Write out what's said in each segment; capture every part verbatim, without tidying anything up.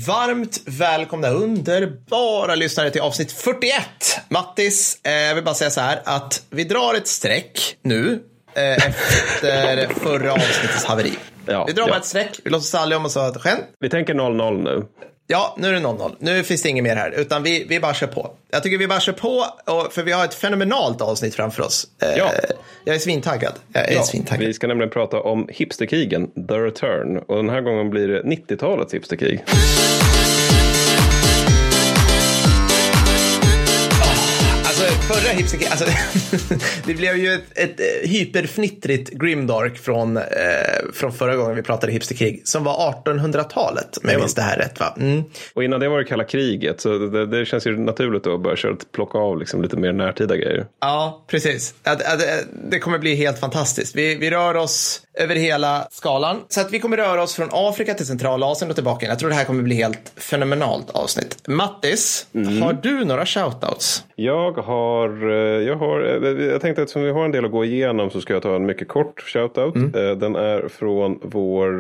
Varmt välkomna underbara lyssnare till avsnitt fyrtioett. Mattis, eh, jag vill bara säga så här att vi drar ett streck nu eh, efter förra avsnittets haveri. Ja, vi drar ja. bara ett streck, vi låtsas aldrig om oss att skämt. Vi tänker noll noll nu. Ja, nu är det noll noll. Nu finns det inget mer här, utan vi, vi bara kör på. Jag tycker vi bara kör på, och, för vi har ett fenomenalt avsnitt framför oss. Ja. Eh, jag är svintaggad. Jag är ja, svintaggad. Vi ska nämligen prata om hipsterkrigen, The Return. Och den här gången blir det nittiotalets hipsterkrig. Förra hipsterkrig, alltså det blev ju ett, ett hyperfnittrigt grimdark från, eh, från förra gången vi pratade hipsterkrig, som var artonhundratalet, men jag minns det här rätt, va? Mm. Och innan det var det kalla kriget, så det, det känns ju naturligt då att börja köra, plocka av liksom lite mer närtida grejer. Ja, precis. Det, det kommer bli helt fantastiskt. Vi, vi rör oss över hela skalan, så att vi kommer röra oss från Afrika till Centralasien och tillbaka. Jag tror det här kommer bli helt fenomenalt avsnitt. Mattis, mm. har du några shoutouts? Jag har, jag har, jag tänkte att som vi har en del att gå igenom så ska jag ta en mycket kort shoutout. Mm. Den är från vår,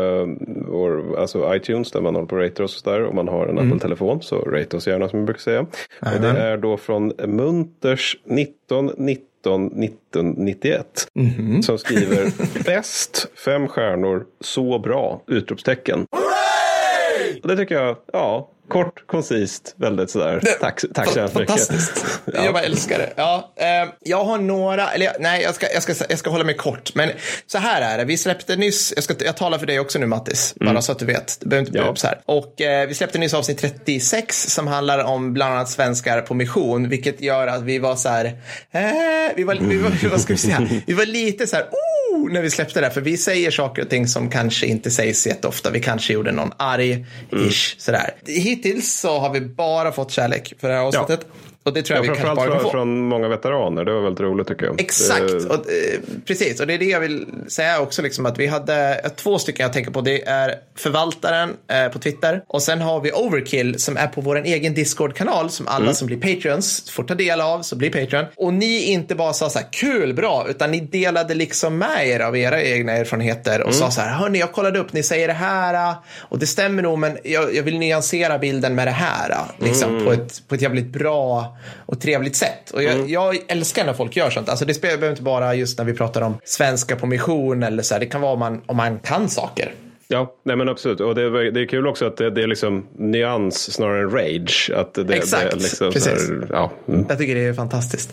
vår alltså iTunes, där man håller på att rate oss där, och man har en mm. Apple-telefon, så rate oss gärna som jag brukar säga. Mm. Och det är då från Munters nitton nitton nitton nittioett mm. som skriver bäst, fem stjärnor, så bra, utropstecken. Hooray! Och det tycker jag, ja, kort, koncist, väldigt sådär. Det, tack, tack så mycket. Fantastiskt. Ja. Jag bara älskar det. Ja, eh, jag har några, eller nej, jag ska, jag, ska, jag ska hålla mig kort. Men så här är det, vi släppte nyss, jag, ska, jag talar för dig också nu, Mattis, mm. bara så att du vet. Du behöver inte börja upp så här. Och eh, vi släppte nyss avsnitt trettiosex som handlar om bland annat svenskar på mission, vilket gör att vi var så här, eh, vi, var, vi, var, vad ska vi säga? Vi var lite så här, oh, när vi släppte det, för vi säger saker och ting som kanske inte sägs jätteofta. Vi kanske gjorde någon arg-ish, mm. sådär. Hittills så har vi bara fått kärlek för det här avsnittet. Ja. Och det tror jag ja, vi kan bara kan få. Från många veteraner, det var väldigt roligt tycker jag. Exakt, det... och, eh, precis. Och det är det jag vill säga också, liksom, att vi hade två stycken jag tänker på. Det är förvaltaren eh, på Twitter. Och sen har vi Overkill som är på vår egen Discord-kanal som alla mm. som blir Patreons får ta del av, så blir Patreon. Och ni inte bara sa så här, kul, bra, utan ni delade liksom med er av era egna erfarenheter och mm. sa så här, hörni, jag kollade upp, ni säger det här och det stämmer nog, men jag, jag vill nyansera bilden med det här liksom, mm. på, ett, på ett jävligt bra och trevligt sätt. Och jag, mm. jag älskar när folk gör sånt. Alltså det behöver inte bara just när vi pratar om svenska på mission eller så här. Det kan vara om man, om man kan saker. Ja, nej men absolut. Och det är, det är kul också att det, det är liksom nyans snarare än rage. Att det, Exakt, det är liksom precis. Här, ja. mm. Jag tycker det är fantastiskt.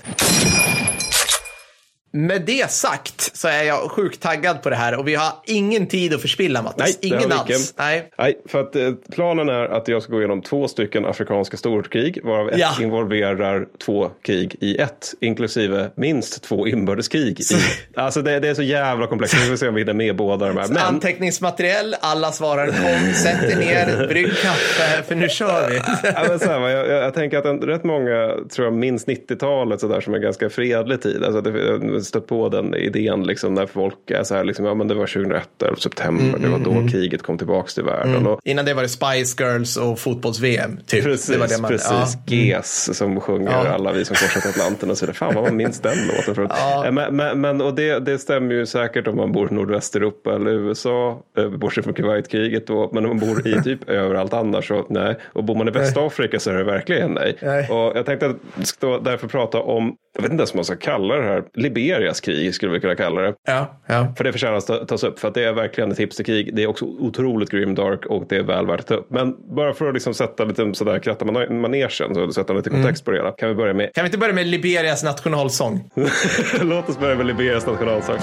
Med det sagt så är jag sjukt taggad på det här, och vi har ingen tid att förspilla, Mattis. Nej, ingen alls. Nej. Nej, för att eh, planen är att jag ska gå igenom två stycken afrikanska storkrig, varav ett ja. involverar två krig i ett, inklusive minst två inbördeskrig. I, alltså det, det är så jävla komplext. Vi får se om vi hinner med båda de här. Men... Anteckningsmaterial, alla svarar kom, sätt er ner, brygg kaffe, för nu kör vi. Ja, men så här, jag, jag, jag tänker att en, rätt många, tror jag, minst nittiotalet så där, som är ganska fredlig tid. Alltså det, stött på den idén liksom, när folk är så här liksom, ja men det var tjugohundraett eller september, mm, det var då mm. kriget kom tillbaks till världen. Mm. Och, innan det var det Spice Girls och fotbolls-V M typ. Precis, det var det man, precis. Ja. G E S som sjunger ja. alla vi som korsat Atlanten och så där. Fan vad man minns den låten för. Ja. Men, men, men och det, det stämmer ju säkert om man bor i nordvästeuropa eller U S A, bortsett från Kuwaitkriget då, men om man bor i typ överallt annars så nej. Och bor man i Västafrika så är det verkligen nej. nej. Och jag tänkte att jag ska därför prata om, jag vet inte ens vad man ska kalla det här, Liberias krig skulle vi kunna kalla det. Ja, ja. För det förtjänar att tas upp, för att det är verkligen ett hipsterkrig. Det är också otroligt grimdark och det är väl värt att ta upp. Men bara för att liksom sätta lite sådär kratta manegen, så sätta lite kontext mm. på det. Kan vi börja med... Kan vi inte börja med Liberias nationalsång? Låt oss börja med Liberias nationalsång.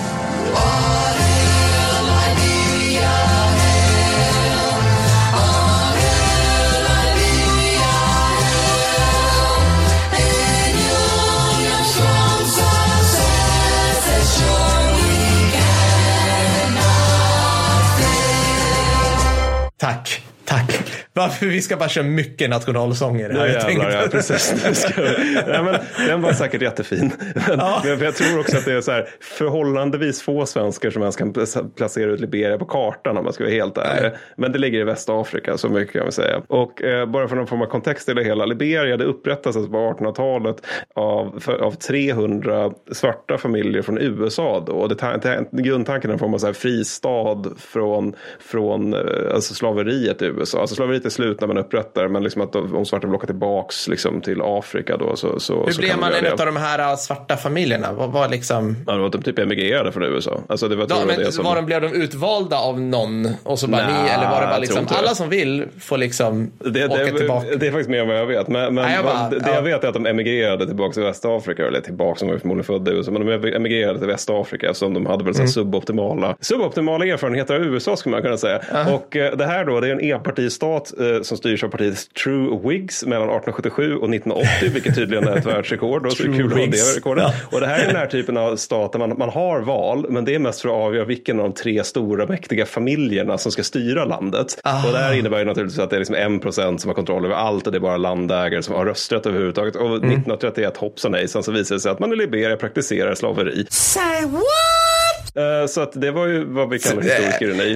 Tack, tack. Varför vi ska bara köra mycket nationalsånger här. Ja, jävlar, ja, precis. Ja, men, den var säkert jättefin. Men, ja. men jag tror också att det är så här förhållandevis få svenskar som ens kan placera ut Liberia på kartan om man ska vara helt ärlig. Men det ligger i Västafrika, så mycket kan vi säga. Och eh, bara för någon form av kontext i det hela. Liberia, det upprättas alltså på artonhundratalet av, för, av trehundra svarta familjer från U S A då. Och det, grundtanken är en form av så här fristad från, från alltså slaveriet i U S A. Alltså slaveriet till slut när man upprättar, men liksom att om svarta vill åka tillbaks liksom till Afrika då så, så hur så blev man en det. av de här svarta familjerna? Vad var liksom... Ja, de var typ emigrerade från U S A. Alltså det var, ja, men det som... var de, blev de utvalda av någon och så bara Nä, ni, eller var det bara liksom alla det. som vill får liksom det, åka det, tillbaka? Det är faktiskt mer än vad jag vet. Men, men Nej, jag bara, det, det ja. jag vet är att de emigrerade tillbaka till Västafrika, eller tillbaka som var förmodligen födda i U S A, men de emigrerade till Västafrika som de hade väl så mm. suboptimala, suboptimala erfarenheter av U S A skulle man kunna säga. Uh-huh. Och eh, det här då, det är en enpartistat eh, som styrs av partiet True Whigs mellan arton sjuttiosju och nittonhundraåttio, vilket tydligen är ett världsrekord. Då, så det är kul att ha det rekordet. Ja. Och det här är den här typen av stat där man, man har val, men det är mest för att avgöra vilken av de tre stora mäktiga familjerna som ska styra landet. Ah. Och det här innebär ju naturligtvis att det är liksom en procent som har kontroll över allt och det är bara landägare som har rösträtt överhuvudtaget. Och mm. nittonhundratrettioett, hoppsan hejsan, så visade det sig att man i Liberia praktiserar slaveri. Say what? Uh, så att det var ju vad vi kallar historisk ironi.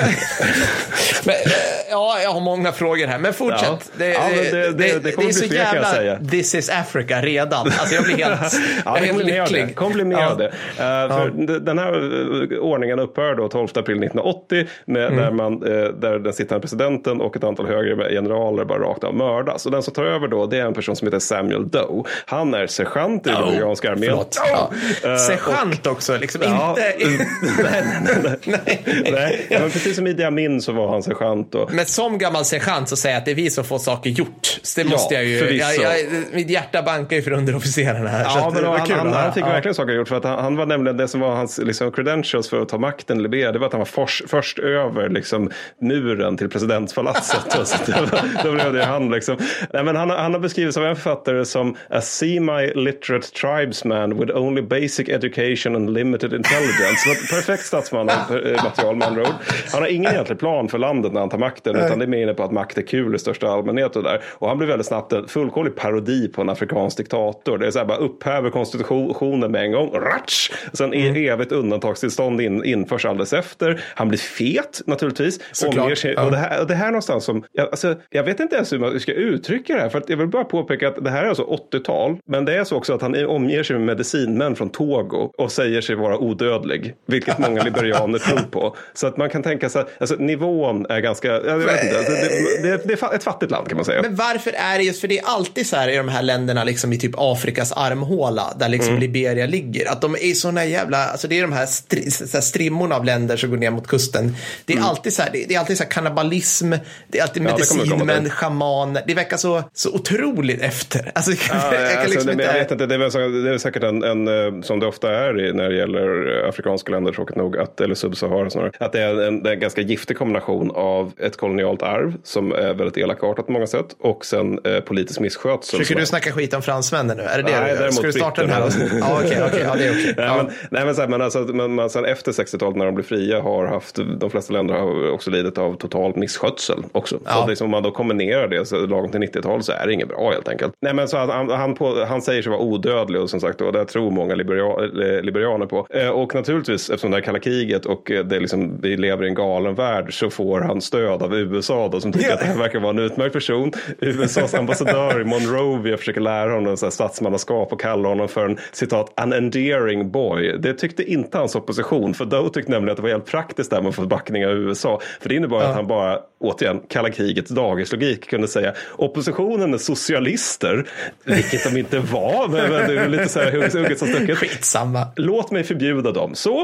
Men, ja, jag har många frågor här, men fortsätt. Ja. Det, ja, men det, det, det, det kommer det är bli fler, kan jag säga. This is Africa redan. Alltså jag blir helt, ja, jag är helt lycklig. Det kommer bli mer ja. av det. Uh, för ja. Den här ordningen upphör då tolfte april nittonhundraåttio med, mm. där, man, uh, där den sittande presidenten och ett antal högre generaler bara rakt av mördas. Och den som tar över då, det är en person som heter Samuel Doe. Han är sergeant i den amerikanska armén. Förlåt. Ja. Uh, sergeant och, också, liksom ja, inte... nej, nej, nej. nej. nej. Ja, men precis som Idi Amin så var han sergeant. Och... Men som gammal sergeant så säger jag att det är vi som får saker gjort. Så det måste ja, jag ju... Jag, jag, mitt hjärta bankar ju för underofficerarna här. Ja, men han, kul, han, han fick ja. verkligen saker gjort för att han, han var nämligen det som var hans liksom, credentials för att ta makten i Liberia. Det var att han var fors, först över liksom, muren till presidentspalatset. Och så det var, då blev det han liksom. Nej, men han, han har beskrivits av en författare som a semi-literate tribesman with only basic education and limited intelligence. Perfekt statsman material man road. Han har ingen egentlig plan för landet när han tar makten, utan det är mer inne på att makt är kul i största allmänhet och där. Och han blir väldigt snabbt en fullkomlig parodi på en afrikansk diktator. Det är så här bara upphäver konstitutionen med en gång. Ratsch! Sen är mm. evigt undantagstillstånd in, införs alldeles efter. Han blir fet naturligtvis. Såklart. Sig, och, det här, och det här någonstans som jag, alltså, jag vet inte ens hur man ska uttrycka det här, för att jag vill bara påpeka att det här är alltså åttiotal, men det är så också att han omger sig med medicinmän från Togo och säger sig vara odödlig, vilket många liberianer tror på. Så att man kan tänka sig, alltså nivån är ganska, jag vet inte, alltså, det, det, det är ett fattigt land kan man säga. Men varför är det just, för det är alltid så här i de här länderna liksom i typ Afrikas armhåla där liksom mm. Liberia ligger, att de är såna jävla, alltså det är de här, stri, så här strimmorna av länder som går ner mot kusten. Det är mm. alltid så här, det, det är alltid så här kannibalism, det är alltid medicinmän, schaman, det verkar så, så otroligt efter. Alltså, ja, jag, kan alltså, liksom det, inte... jag vet inte, det är, väl så, det är säkert en, en, som det ofta är i, när det gäller afrikanska länder, tråkigt nog, att, eller Sub-Sahara snarare, att det är en, det är en ganska giftig kombination av ett kolonialt arv som är väldigt elakartat på många sätt och sen eh, politisk misskötsel. Försöker du snacka skit om fransmännen nu? Är det det nej, du gör? Ska du starta den här? Ja, okej, okej, ja, det är okej. Nej, men, nej, men, så här, men, alltså, men man sen efter sextiotalet när de blir fria har haft, de flesta länder har också lidit av total misskötsel också. Ja. Och liksom, om man då kombinerar det så lagom till nittiotalet så är det inget bra helt enkelt. Nej, men så han, han, på, han säger sig vara odödlig och som sagt då, det tror många liberia, liberianer på. Eh, och naturligtvis, eftersom det är kalla kriget och det är liksom, vi lever i en galen värld, så får han stöd av U S A då, som tycker yeah. att han verkar vara en utmärkt person. U S A:s ambassadör i Monrovia försöker lära honom så här statsmannaskap och kalla honom för en, citat, an endearing boy. Det tyckte inte hans opposition, för då tyckte nämligen att det var helt praktiskt där man får backning av U S A. För det innebar ja. att han bara, återigen, kalla krigets dagislogik kunde säga, oppositionen är socialister, vilket de inte var, men, men det är lite så här hugget som stucket. Skitsamma. Låt mig förbjuda dem. Så,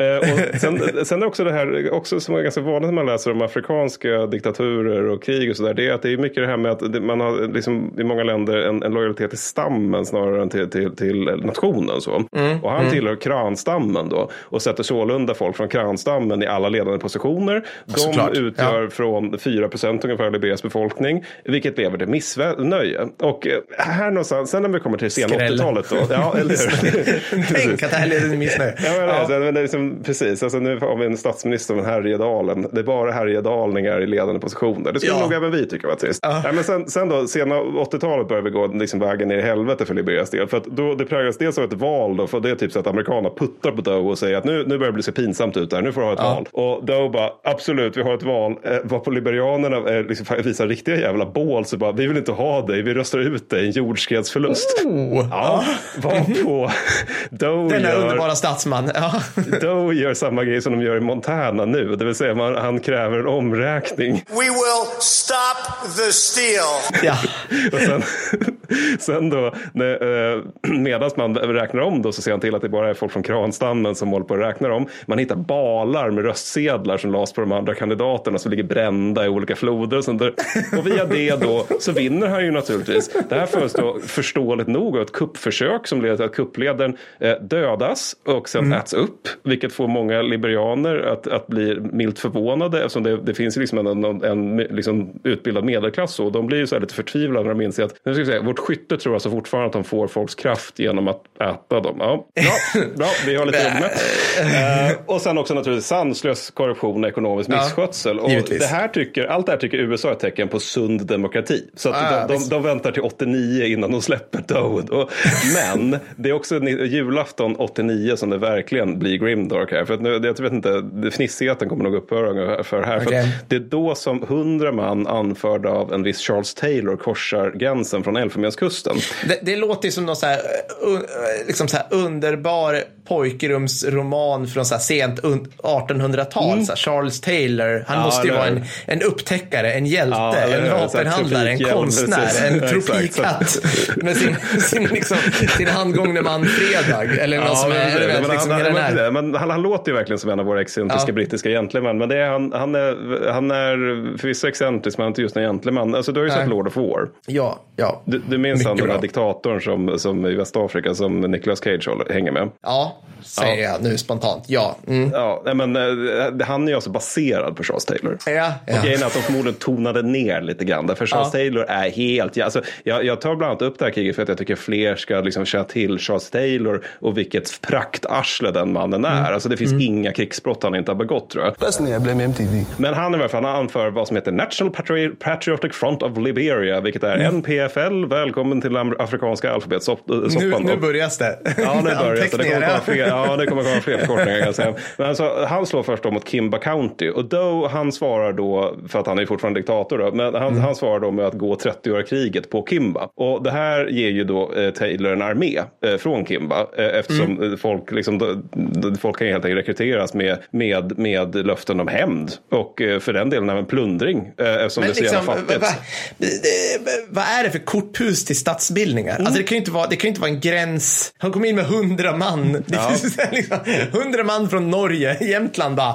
och sen, sen är också det här, också som är ganska vanligt när man läser om afrikanska diktaturer och krig och sådär, det är att det är mycket det här med att man har liksom i många länder en, en lojalitet till stammen snarare än till, till, till nationen. Så. Mm. Och han mm. tillhör kranstammen då och sätter sålunda folk från kranstammen i alla ledande positioner. De Såklart. utgör ja. från fyra procent ungefär av Liberias befolkning, vilket lever till missnöje. Och här någonstans, sen när vi kommer till sen åttiotalet då. Ja, eller tänk att det här leder till missnöje. Ja, men, ja. Alltså, men det är liksom, precis. Alltså, nu har vi en statsminister av en Härjedalen. Det är bara Härjedalningar i ledande positioner. Det skulle ja. nog även vi tycka var trist. Ja. Ja, men sen, sen då, sena åttiotalet börjar vi gå liksom vägen ner i helvete för Liberias del. För att då, det präglas dels av ett val då, för det är typ så att amerikanerna puttar på Doe och säger att nu, nu börjar det bli så pinsamt ut där. Nu får du ha ett ja. val. Och Doe bara, absolut, vi har ett val. Eh, vad på liberianerna eh, liksom, visar riktiga jävla bål, så bara, vi vill inte ha dig. Vi röstar ut dig. En jordskredsförlust. Oh. Ja, var på, Doe Denna gör, underbara statsman. Ja. Doe gör samma grej som de gör i Montana nu. Det vill säga man, han kräver en omräkning. We will stop the steal. Ja. Och sen, sen då, medan man räknar om då, så ser han till att det bara är folk från kranstammen som håller på att räkna om. Man hittar balar med röstsedlar som lades på de andra kandidaterna som ligger brända i olika floder och sånt där. Och via det då så vinner han ju naturligtvis. Det här förs då förståeligt nog av ett kuppförsök som leder till att kuppledaren eh, dödas och sen mm. äts upp, vilket får många liberianer att, att bli milt förvånade eftersom det, det finns ju liksom en, en, en liksom utbildad medelklass och de blir ju så här lite förtvivlade när de inser att nu ska vi säga, vårt skytte tror alltså fortfarande att de får folks kraft genom att äta dem. Ja, bra, bra vi har lite jobb med. Uh, och sen också naturligtvis sanslös korruption och ekonomisk misskötsel. Ja, och det här tycker, allt det här tycker U S A är ett tecken på sund demokrati. Så att ah, de, de, de väntar till åttionio innan de släpper Doe. Men det är också julafton åttionio som det verkligen blir grimdark här. För att nu, jag vet inte, fnissigheten kommer nog upphöra för här. Okay. För det är då som hundra man anförda av en viss Charles Taylor korsar gränsen från Elfenbenskusten. Det, det låter som någon så här, uh, liksom så här underbar pojkrumsroman från så här sent artonhundratal. Mm. Så här Charles Taylor, han ja, måste ju vara en, en upptäckare, en hjälte, ja, en vapenhandlare, en konstnär, en tropikatt med sin, sin, liksom, sin handgångne man Fredag. Eller någon ja, som är, eller vet, men, liksom, han, han, han, men han, han låter ju verkligen som en av våra excentriska ja. brittiska gentlemän. Men det är, han, han, är, han är förvisso excentrisk, men inte just en gentleman. Alltså, du har ju sett Lord of War. Ja, ja. Du, du minns han den här diktatorn som, som i Västafrika som Nicolas Cage hänger med? Ja, säger ja. jag nu spontant. Ja, mm. ja men han är ju alltså baserad på Charles Taylor. Ja, ja. Och grejen är att de förmodligen tonade ner lite grann. Därför Charles ja. Taylor är helt... Ja, alltså, jag, jag tar bland annat upp det här kriget för att jag tycker fler ska liksom känna till Charles Taylor och vilket praktarsle den mannen är. Mm. Alltså det finns mm. inga krigsbrott han inte har begått, tror jag. Personally, I blame M T V. Men han är i alla fall, han anför vad som heter National Patri- Patriotic Front of Liberia, vilket är mm. N P F L. Välkommen till afrikanska alfabetssoppan. Nu, nu börjar det. Ja, nu börjar det. Det kommer komma fler, ja, det kommer komma fler förkortningar, kan jag säga. Men alltså, han slår först om mot Kimba County. Och då, han svarar då, för att han är fortfarande diktator då, men han, mm. han svarar då med att gå trettio-åriga kriget på Kimba. Och det här ger ju då eh, Taylor en armé eh, från Kimba. Eh, eftersom mm. folk, liksom, då, då, folk kan helt enkelt rekryteras med, med, med löften om hämnd. Och eh, för den delen även plundring. Eh, eftersom men det är så liksom, jävla fattigt. Vad va, va är det för korthus till stadsbildningar? Mm. Alltså det kan ju inte vara, det kan ju inte vara en gräns. Han kom in med hundra man. Ja. liksom, hundra man från Norge. Jämtland bara,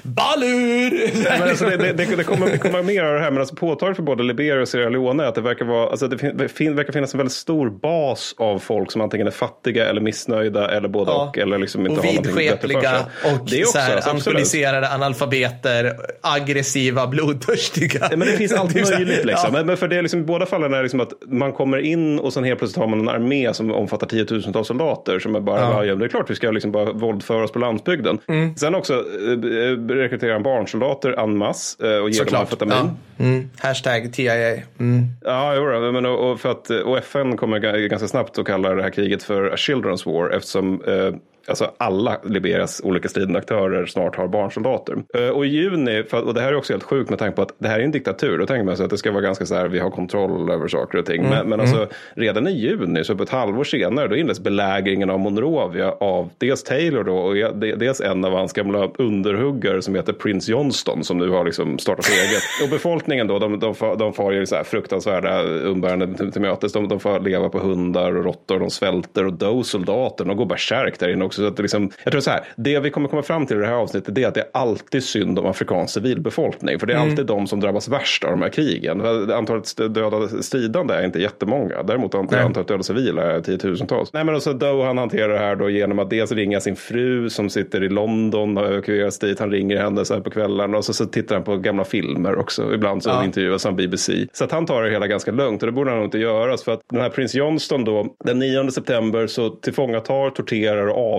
Balur! Men alltså det, det, det, kommer, det kommer mer av det här. Men alltså påtagligt för både Liberia och Sierra Leone att det verkar vara, alltså det fin, fin, verkar finnas en väldigt stor bas av folk som antingen är fattiga eller missnöjda eller både ja. och eller liksom inte och har någonting bättre för sig. Och det är också, så här, alkoholiserade analfabeter, aggressiva, blodtörstiga. Men det finns allt möjligt liksom. Ja. Men för det är liksom, i båda fallen är det liksom att man kommer in och sen helt plötsligt har man en armé som omfattar tiotusentals soldater som är bara, ja. Ja, det är klart vi ska liksom bara våldföra oss på landsbygden. Mm. Sen också äh, rekrytera barnsoldater en masse äh, och ge dem amfetamin. Ja. Mm. Hashtag T I A. Mm. Ja, jo, men och, och, för att, och F N kommer ganska snabbt att kalla det här kriget för a children's war eftersom äh, alltså alla Liberias olika stridande aktörer snart har barnsoldater. Uh, och i juni, för, och det här är också helt sjukt med tanke på att det här är en diktatur. Då tänker man sig att det ska vara ganska så här, vi har kontroll över saker och ting. Mm. Men, men alltså mm. redan i juni, så på ett halvår senare, då inleds belägringen av Monrovia av dels Taylor då, och dels en av hans gamla underhuggare som heter Prince Johnston som nu har liksom startat eget. Och befolkningen då, de, de, de, de får ju så här fruktansvärda umbäranden till, till mötes. De, de får leva på hundar och råttor, de svälter och Doe-soldater, de går bara kärk där inne också. Så att det liksom, jag tror så här, det vi kommer komma fram till i det här avsnittet är att det är alltid synd om afrikansk civilbefolkning. För det är mm. alltid de som drabbas värst av de här krigen. Antalet döda stridande är inte jättemånga. Däremot antalet, antalet döda civila är tiotusentals. Nej, men så Doe, han hanterar det här då genom att dels ringa sin fru som sitter i London och evakueras dit. Han ringer henne så här på kvällarna och så, så tittar han på gamla filmer också. Ibland så ja. intervjuas han B B C. Så att han tar det hela ganska lugnt och det borde han nog inte göras. För att den här Prince Johnston då, den nionde september så tillfångatar, torterar och av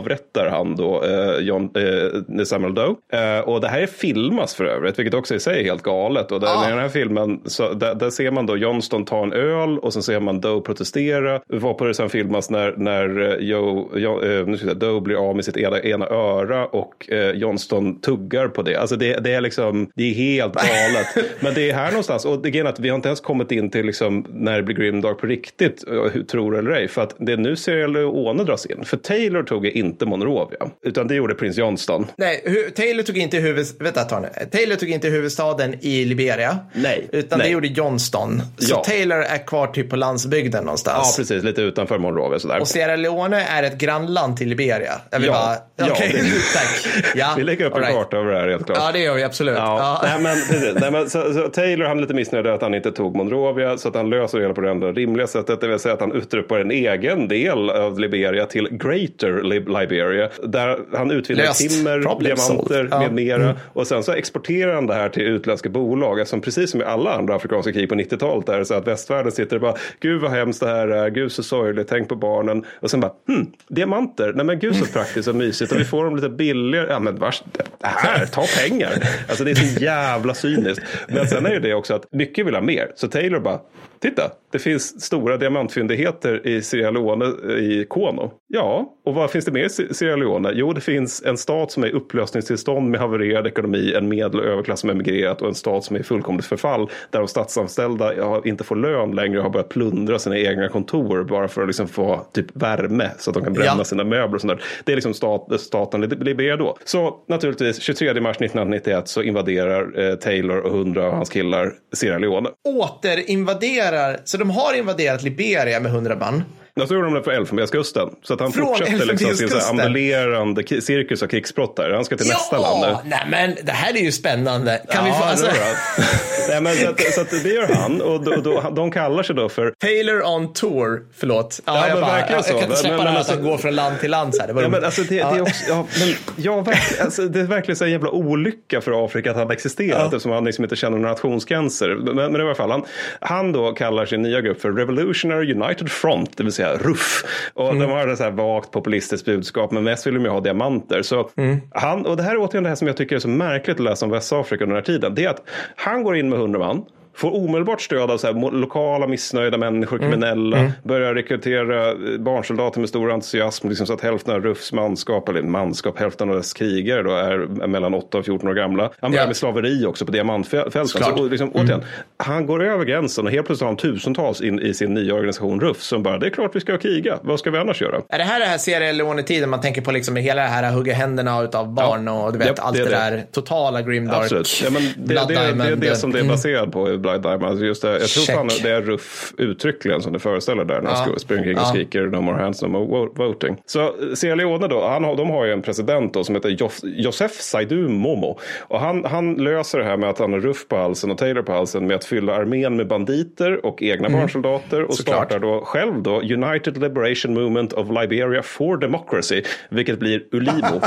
avrättar han då eh, John, eh, Samuel Doe. Eh, och det här är filmas för övrigt, vilket också i sig är helt galet. Och där, ah. i den här filmen, så, där, där ser man då Johnston ta en öl och sen ser man Doe protestera. Var på det sen filmas när, när Joe, Joe, eh, nu ska jag säga, Doe blir av med sitt ena, ena öra och eh, Johnston tuggar på det. Alltså det, det är liksom, det är helt galet. Men det är här någonstans, och det är att vi har inte ens kommit in till liksom när det blir grimdark på riktigt, hur tror eller ej, för att det är nu Sierra Leone dras in. För Taylor tog inte Monrovia, utan det gjorde prins Johnston. Nej, hu- Taylor tog inte huvud... Vänta, ta nu. Taylor tog inte huvudstaden i Liberia. Nej. Utan nej. det gjorde Johnston. Så ja. Taylor är kvar typ på landsbygden någonstans. Ja, precis. Lite utanför Monrovia sådär. Och Sierra Leone är ett grannland till Liberia. Jag vill ja. bara... Okej, ja, det... tack. Ja. Vi lägger upp en right. karta över det här helt klart. Ja, det gör vi absolut. Ja. Ja. Nej, men, precis. Nej, men, så, så Taylor, han är lite missnöjd att han inte tog Monrovia, så att han löser det hela på det enda rimliga sättet, det vill säga att han utropar en egen del av Liberia till Greater Liberia, där han utvinner timmer, diamanter ja. med mera, mm. och sen så exporterar han det här till utländska bolag, eftersom precis som i alla andra afrikanska krig på nittiotalet är det så att västvärlden sitter och bara, gud vad hemskt det här är, gud så sorgligt, tänk på barnen, och sen bara, hm, diamanter, nej men gud så praktiskt och mysigt, och vi får dem lite billigare, ja men vars, här, ta pengar, alltså det är så jävla cyniskt. Men sen är ju det också att mycket vill ha mer, så Taylor bara, titta, det finns stora diamantfyndigheter i Sierra Leone i Kono. Ja, och vad finns det mer i Sierra Leone? Jo, det finns en stat som är i upplösningstillstånd med havererad ekonomi, en medel- och överklass som emigrerat, och en stat som är i fullkomligt förfall, där de statsanställda inte får lön längre och har börjat plundra sina egna kontor bara för att liksom få typ värme så att de kan bränna ja. sina möbler och sånt där. Det är liksom stat, staten Liberia då. Så naturligtvis tjugotredje mars nittonhundranittioett så invaderar eh, Taylor och hundra av hans killar Sierra Leone. Återinvaderar, så de har invaderat Liberia med hundra man. Jag tror de det på Elfenbenskusten. Så att han Från fortsätter liksom sin så här ambulerande k- cirkus och krigsbrott där. Han ska till ja, nästa land nu. Nej men det här är ju spännande. Kan ja, vi få alltså... nej, men så, att, så att det gör han. Och då, då, de kallar sig då för... Taylor on tour. Förlåt. Ja, ja jag, men bara, verkligen jag, så. jag kan inte släppa men, det här alltså, att han går från land till land. Så här. Det, var ja, men, alltså, det, ja. det är också... Ja, men, ja, verkligen, alltså, det är verkligen så en jävla olycka för Afrika att han existerat. Ja. Eftersom han liksom inte känner några nationsgränser. Men, men i alla fall, han, han då kallar sin nya grupp för Revolutionary United Front. Det vill säga R U F. Och mm. de har ett så här vagt populistiskt budskap, men mest vill de ju ha diamanter. Så mm. han, och det här är återigen det här som jag tycker är så märkligt att läsa om Västafrika under den här tiden. Det är att han går in med hundra man, får omedelbart stöd av så här lokala missnöjda människor, kriminella, mm. Mm. börjar rekrytera barnsoldater med stor entusiasm, liksom så att hälften av R U Fs manskap, eller manskap, hälften av dess krigare då är mellan åtta och fjorton år gamla. Han börjar ja. med slaveri också på diamantfälten. Så liksom, mm. återigen, han går över gränsen och helt plötsligt har han tusentals in i sin nya organisation R U F som bara, det är klart vi ska kriga. Vad ska vi annars göra? Är det här det här Sierra Leone-tiden man tänker på liksom hela det här hugga händerna utav barn ja. och du vet ja, allt det, det där det. totala grimdark, ja, men det, det, det, det är det som det är baserat på i Blood Diamond. Just det, jag tror fan det är R U F uttryckligen som det föreställer där när ja. han springer kring och ja. skriker no more hands, no more voting. Så Sierra Leone då, han har, de har ju en president då som heter jo- Joseph Saidu Momo. Och han, han löser det här med att han har R U F på halsen och Taylor på halsen med att fylla armén med banditer och egna mm. barnsoldater och Såklart. startar då själv då United Liberation Movement of Liberia for Democracy, vilket blir U L I M O.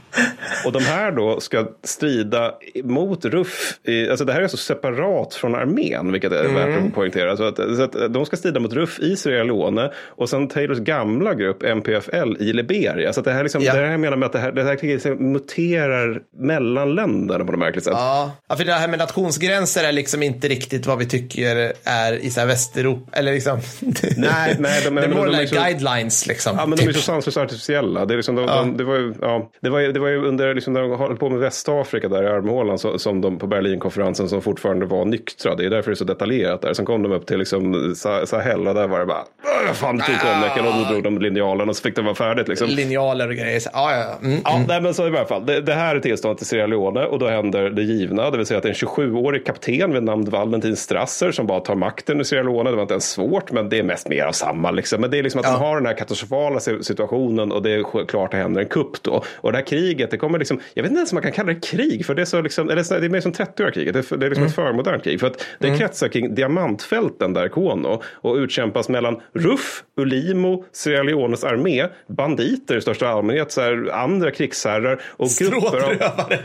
Och de här då ska strida mot R U F, i, alltså det här är så separat från armén, vilket är mm. värt att poängtera. Så att, så att de ska strida mot R U F i Sierra Leone och sen Taylors gamla grupp M P F L i Liberia. Så att det här liksom, ja. det här menar med att det här, det här kriget muterar mellan länderna på något märkligt sätt. Ja. ja, för det här med nationsgränser är liksom inte riktigt vad vi tycker är i så här Västeuropa, eller liksom nej, nej, de, det är men, more de, de like så, guidelines liksom. Ja, men typ. de är så sanslöst artificiella. Det är liksom de, ja. de, det var ju ja, det var ju, det var ju under liksom när de höll på med Västafrika där i armhålan så, som de på Berlinkonferensen som fortfarande var nyktra. Det är därför det är så detaljerat där. Sen kom de upp till liksom Sahel och där var det bara fan tog konjaken och då drog de linjalen och så fick det vara färdigt liksom. Linjaler och grejer. Ja, ja. Mm, ja mm. nej, men så i alla fall. Det, det här är tillståndet till Sierra Leone och då händer det givna. Det vill säga att en tjugosjuårig kapten vid namn Valentin Strasser som bara tar makten i Sierra Leone. Det var inte ens svårt, men det är mest mer av samma liksom. Men det är liksom att ja. de har den här katastrofala situationen och det är klart att det händer en kupp då. Och det här kriget, det kommer liksom, jag vet inte ens om man kan kalla det krig för det är så liksom, eller det är mer som trettioåriga kriget. Det är, det är liksom mm. ett förmodernt krig. För att Det Mm. kretsar kring diamantfälten där i Kono och utkämpas mellan R U F, Ulimo, Sierra Leones armé, banditer i största allmänhet, så här, andra krigsherrar och grupper av...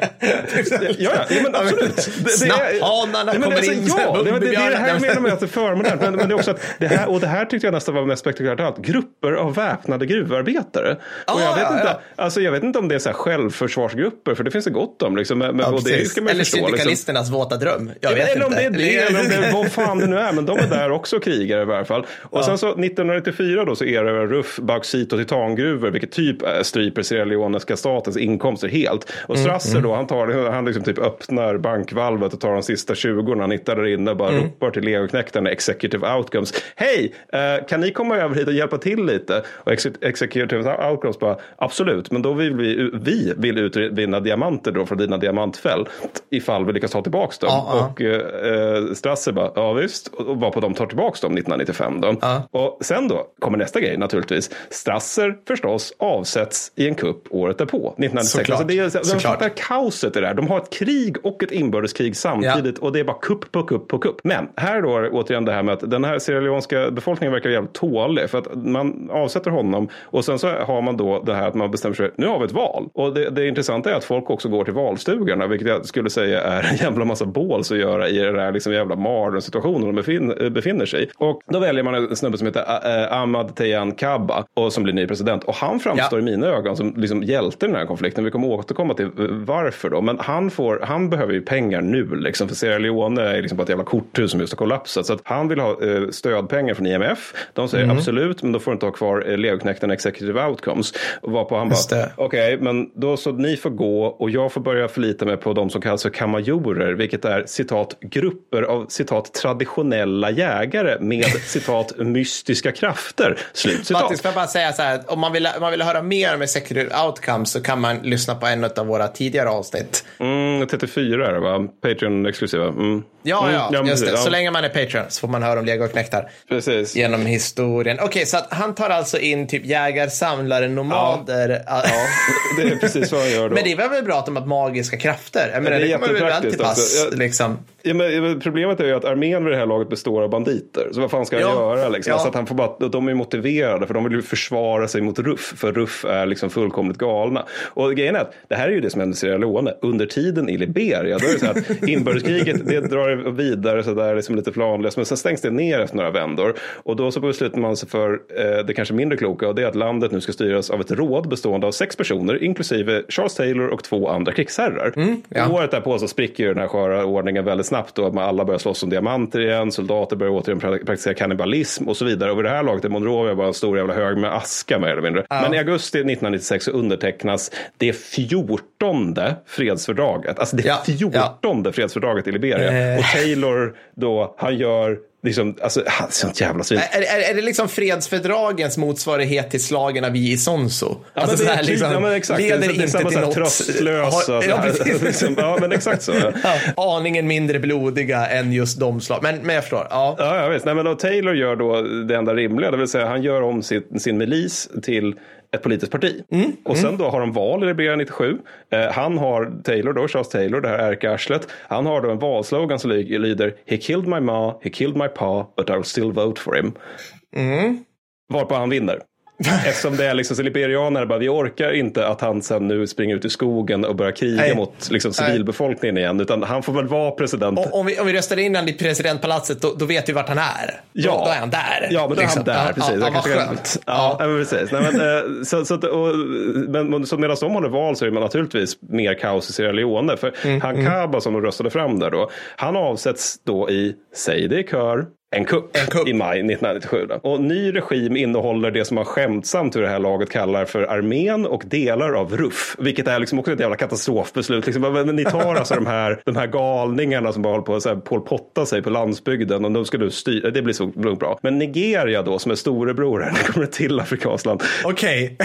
ja, ja, men absolut. Snapphanarna kommer alltså, in. Ja, det, det, det är det här jag menar med att det är förmodernt. Men, men det är också att det här, och det här tyckte jag nästan var mest spektakulärt allt. Grupper av väpnade gruvarbetare. Ah, och jag vet, ja, inte, ja. Alltså, jag vet inte om det är så här självförsvarsgrupper, för det finns det gott om. Liksom, men, Ja, och det ska man eller förstå, syndikalisternas liksom. Våta dröm. Jag ja, vet eller om inte. det är det, eller om det är vad fan det nu är. Men de är där också krigare i varje fall. Och ja. sen så nittonhundranittiofyra då så erövrar R U F bauxit och titangruvor, vilket typ stryper Sierra Leoneska statens inkomster helt. Och Strasser mm, då, han, tar, han liksom typ öppnar bankvalvet och tar de sista tjugorna. Han hittar där inne och bara mm. ropar till legoknektarna Executive Outcomes. Hej, eh, kan ni komma över hit och hjälpa till lite? Och ex- Executive Outcomes bara, absolut, men då vill vi, vi vill utvinna diamanter då från dina diamantfält ifall vi lyckas ta tillbaka dem. Ah, ah. Och eh, Strasser bara, ja visst, och var på de tar tillbaka dem nittonhundranittiofem då. Ah. Och sen då kommer nästa grej naturligtvis. Strasser förstås avsätts i en kupp året därpå, nittonhundranittiosex. Alltså det är så, de fattar kaoset i det där. De har ett krig och ett inbördeskrig samtidigt ja. och det är bara kupp på kupp på kupp. Men här då återigen det här med att den här Sierra Leonska befolkningen verkar jävligt tålig, för att man avsätter honom och sen så har man då det här att man bestämmer sig, nu har vi ett val. Och det, det intressanta är att folk också går till valstugorna, vilket jag skulle säga är en jävla massa båls att göra i den här liksom jävla mardrömssituationen de befinner, befinner sig. Och då väljer man en snubbe som heter uh, Ahmad Tejan Kaba och som blir ny president. Och han framstår ja. i mina ögon som liksom hjälte i den här konflikten. Vi kommer återkomma till varför då. Men han, får, han behöver ju pengar nu liksom, för Sierra Leone är liksom bara ett jävla korthus som just har kollapsat. Så att han vill ha uh, stödpengar från I M F. De säger mm. absolut, men då får du inte ha kvar uh, legoknektarna Executive Outcomes. Och var på han bara, okej, okay, men då så ni får gå och jag får börja förlita mig på de som kallas för kamajorer, vilket är citat grupper av citat traditionella jägare med citat mystiska krafter. Slut citat. Mattis, får jag bara säga så här, om man vill, om man vill höra mer om Executive Outcomes så kan man lyssna på en av våra tidigare avsnitt. Mm, trettiofyra är det va? Patreon-exklusiva. Mm. Ja, ja, mm, just det. Ja. Så länge man är Patreon så får man höra om legoknektar. Precis. Genom historien. Okej, okay, så att han tar alltså in typ jägar, samlare, nomader. Ja, ja det är precis vad han gör då. Men det är väl bra att de har magiska krafter? Jag menar, det, det kommer väl alltid pass, alltså. jag, liksom. Ja, men problemet är ju att armén vid det här laget består av banditer. Så vad fan ska han ja. göra? Liksom? Ja. Så att han får bara, de är motiverade för de vill ju försvara sig mot R U F. För R U F är liksom fullkomligt galna. Och grejen är att det här är ju det som händer i Sierra Leone. Under tiden i Liberia, då är det så att inbördeskriget det drar vidare så där liksom lite planlöst. Men sen stängs det ner efter några vändor. Och då så beslutar man sig för eh, det kanske mindre kloka. Och det är att landet nu ska styras av ett råd bestående av sex personer. Inklusive Charles Taylor och två andra krigsherrar. Mm, ja. Året därpå så spricker den här sköra ordningen väldigt snabbt då att man alla börjar slåss om diamanter igen, soldater börjar återigen praktisera kannibalism och så vidare. Och vid det här laget är Monrovia bara en stor jävla hög med aska mer eller mindre. Ja. Men i augusti nittonhundranittiosex så undertecknas det fjortonde fredsfördraget. Alltså det ja. fjortonde ja. fredsfördraget i Liberia. Eh. Och Taylor då, han gör liksom, alltså, sånt jävla svin. Är, är, är det liksom fredsfördragens motsvarighet till slagen av Isonso? Ja, alltså men det så här, är, liksom, ja, men exakt. leder det, det, det inte är till något tröstlösa. Ja, precis. liksom, ja, men exakt så. Ja. Ja, aningen mindre blodiga än just de slag. Men, men jag förstår. Ja, ja, ja visst. Nej, men då Taylor gör då det enda rimliga. Det vill säga, han gör om sin, sin milis till ett politiskt parti. Mm, och sen mm. då har de val i Liberia nittiosju. Eh, han har Taylor då, Charles Taylor, det här ärkearslet. Han har då en valslogan som lyder He killed my ma, he killed my pa, but I will still vote for him. Mm. Varpå han vinner. Eftersom det är liksom så liberianer bara, vi orkar inte att han sen nu springer ut i skogen och börjar kriga Nej. mot liksom civilbefolkningen igen, utan han får väl vara president. Och, om, vi, om vi röstar in han i presidentpalatset då, då vet vi vart han är. Ja. Då, då är han där. Ja, men då liksom. är han där, precis. Ja, ja, ja, kan... ja. ja men precis. Nej, men, så, så, och, men så medan de håller val så är man naturligtvis mer kaos i Sierra Leone, för mm, han mm. Kaba som de röstade fram där då, han avsätts då i, säg det i kör, En kupp, en kupp i maj nittonhundranittiosju. Och ny regim innehåller det som man skämtsamt hur det här laget kallar för armén och delar av R U F. Vilket är liksom också ett jävla katastrofbeslut. Liksom, men ni tar alltså de här, de här galningarna som bara håller på att så här, polpotta sig på landsbygden och de ska du styra. Det blir så bra. Men Nigeria då, som är storebror, det kommer till afrikanskt land. Okej. Okay.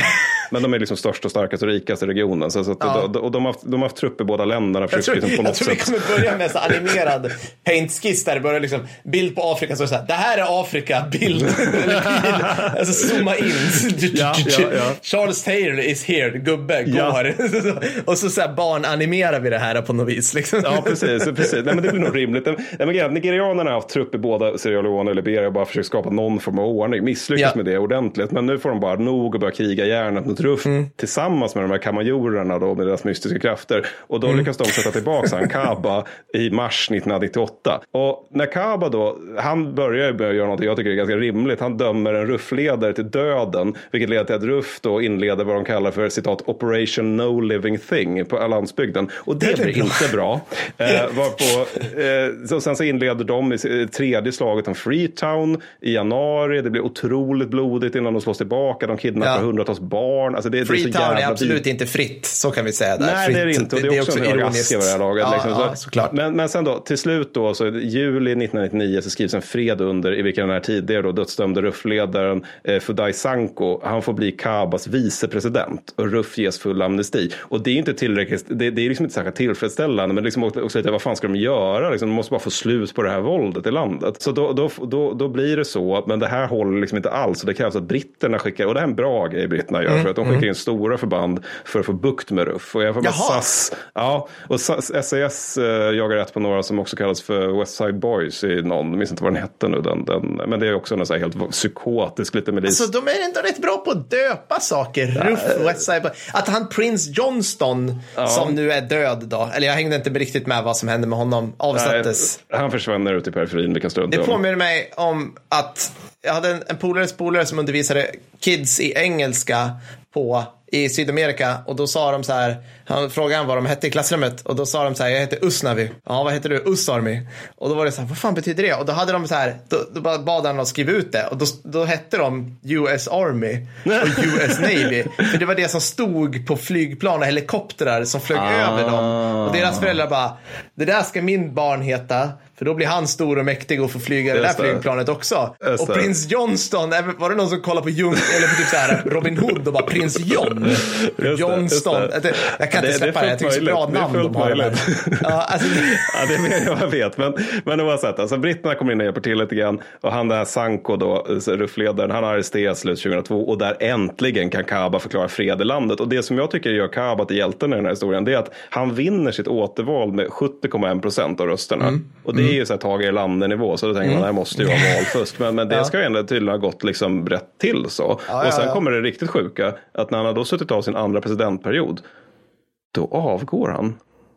Men de är liksom största och starkaste och rikaste regionen. Så, så att, ja. och, och de, har haft, de har haft trupp i båda länderna. Jag tror, liksom på något jag tror vi kommer börja med så animerad paintskiss där det börjar liksom bild på Afrika så, så här, det här är Afrika, bild. Alltså zooma in. Ja, ja, ja. Charles Taylor is here, gubbe, går. Ja. Och så, så här, barn animerar vi det här på något vis. Liksom. Ja, precis. precis. Nej, men det blir nog rimligt. Nej, men, nigerianerna har haft trupp i båda Sierra Leone och Liberia och bara försökt skapa någon form av ordning. Misslyckas ja. med det ordentligt. Men nu får de bara nog och börja kriga järnet mot Ruff mm. tillsammans med de här kamajorerna då, med deras mystiska krafter. Och då mm. lyckas de sätta tillbaka han Kaba i mars nittonhundranittioåtta. Och när Kaba då, han börjar börja göra något jag tycker är ganska rimligt. Han dömer en Ruff-ledare till döden, vilket leder till att Ruff då inleder vad de kallar för citat Operation No Living Thing på landsbygden. Och det, det blir bra. inte bra. Eh, varpå, eh, så sen så inleder de i tredje slaget om Freetown i januari. Det blir otroligt blodigt innan de slås tillbaka. De kidnappar ja. hundratals barn. Alltså det, Freetown det är, så jävla är absolut inte fritt, så kan vi säga där. Nej, fritt. det är det inte. Och det, det är också, också en ironiskt. Det här laget, ja, liksom. ja, så, men, men sen då, till slut då, så i juli nittonhundranittionio så skrivs en fred under i vilken den här tidigare då dödsdömde Ruff-ledaren eh, Fudai Sanko, han får bli Kabas vicepresident och Ruff ges full amnesti. Och det är inte tillräckligt, det, det är liksom inte särskilt tillfredsställande, men liksom också, också vad fan ska de göra? Liksom, de måste bara få slut på det här våldet i landet. Så då, då, då, då blir det så, men det här håller liksom inte alls. Och det krävs att britterna skickar, och det är en bra grej britterna gör, mm, för att de skickar mm. in stora förband för att få bukt med Ruff. Och jag får med S A S, ja, och S A S äh, jagar rätt på några som också kallas för West Side Boys i någon, jag minns inte vad den hette nu, den, den, men det är också en så här helt psykotisk lite milis. Alltså de är ändå rätt bra på att döpa saker. Ruff, ja. West Side Boys. Att han Prince Johnston, ja. som nu är död då, eller jag hängde inte riktigt med vad som hände med honom, avsattes. Nej, han försvann ut i periferin, vi kan strunta om. Det påminner mig om att jag hade en, en polare polare som undervisade kids i engelska på i Sydamerika, och då sa de så här, han frågade han vad de hette i klassrummet, och då sa de så här, jag heter Usnavi. Ja, vad heter du? Usarmy. Och då var det så här, vad fan betyder det? Och då hade de så här, då, då bad han att skriva ut det, och då, då hette de U S Army och U S Navy, för det var det som stod på flygplan och helikoptrar som flög ah. över dem, och deras föräldrar bara, det där ska min barn heta, för då blir han stor och mäktig och får flyga det där flygplanet också. Just och det. Prins Johnston, var det någon som kollade på Jung eller på typ så här Robin Hood och bara Prins John Johnston. Det, det. Jag kan inte det, släppa det, det. Jag tycker det är så bra namn de har. Ja, alltså, ja, det är mer jag vet. Men, men oavsett, alltså, britterna kommer in och hjälper till lite grann. Och han där Sanko då, ruffledaren, han arresteras slut tjugohundratvå, och där äntligen kan Kaba förklara fred i landet. Och det som jag tycker gör Kaba till hjälten i den här historien, det är att han vinner sitt återval med sjuttio komma en procent av rösterna. Mm. Och det är ju så här tag i landenivå, så då tänker man, det här måste ju vara valfusk. Men, men det ja. ska ju ändå tydligen ha gått liksom rätt till så. Ja, och sen ja, ja. kommer det riktigt sjuka, att när han har då suttit av sin andra presidentperiod, då avgår han.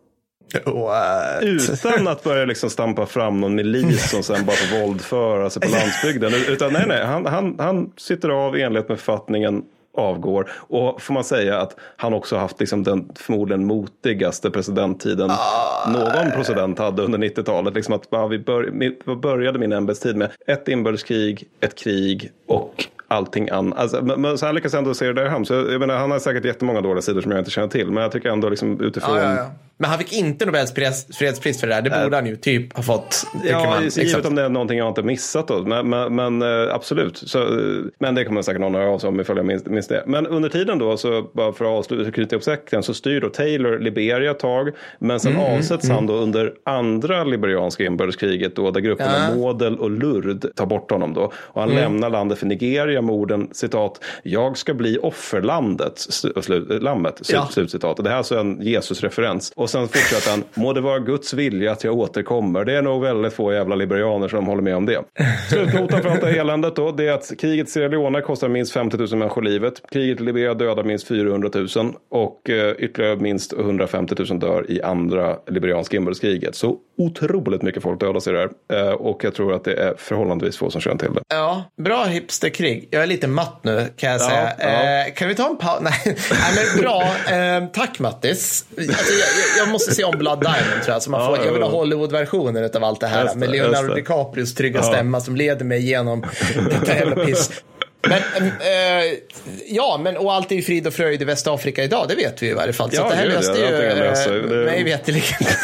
What? Utan att börja liksom stampa fram någon milis som sen bara får våldföra sig på landsbygden. Utan nej, nej, han, han, han sitter av i enlighet med författningen, avgår. Och får man säga att han också haft liksom den förmodligen motigaste presidenttiden ah, någon president hade under nittiotalet. Liksom att bara vi bör, började min ämbetstid med ett inbördeskrig, ett krig och allting annat. Alltså, men, men så han lyckas ändå se det där hem. Så jag menar, han har säkert jättemånga dåliga sidor som jag inte känner till. Men jag tycker ändå liksom utifrån... Ja, ja, ja. Men han fick inte Nobels fredspris för det där. Det borde äh, han ju typ ha fått. Ja, man, givet exakt. Om det är någonting jag inte missat då. Men, men, men absolut. Så, men det kommer säkert någon höra av sig om ifall jag minns, minns det. Men under tiden då, så bara för att avsluta knyta upp säcken, så styr då Taylor Liberia ett tag. Men sen mm, avsätts mm. han då under andra liberianska inbördeskriget då, där grupperna ja. Model och Lurd tar bort honom då. Och han mm. lämnar landet för Nigeria med orden, citat, jag ska bli offerlandet, slut, lammet, ja. Slutcitat. Det här är alltså en Jesus-referens. Och sen fortsätter han, må det vara Guds vilja att jag återkommer. Det är nog väldigt få jävla liberianer som håller med om det. Slutnotan för allt det här eländet då, det är att kriget i Sierra Leone kostar minst femtio tusen människor livet. Kriget i Liberia dödar minst fyrahundratusen och eh, ytterligare minst hundrafemtio tusen dör i andra liberianska inbördeskriget. Så otroligt mycket folk dödas i det här. Eh, och jag tror att det är förhållandevis få som känner till det. Ja, bra hipsterkrig. Jag är lite matt nu, kan jag ja, säga. Ja. Eh, kan vi ta en paus? Nej. Nej, men bra. Eh, tack, Mattis. Alltså, jag, jag måste se om Blood Diamond, tror jag. Så man får, ja, jag vill ha Hollywood-versionen av allt det här. Det, med Leonardo DiCaprios trygga ja. stämma som leder mig igenom detta jävla piss. Men, äh, ja, men och allt är ju frid och fröjd i Västafrika idag, det vet vi ju i varje fall. Så ja, det här det, löste det, ju det, det, äh, mig veteligen.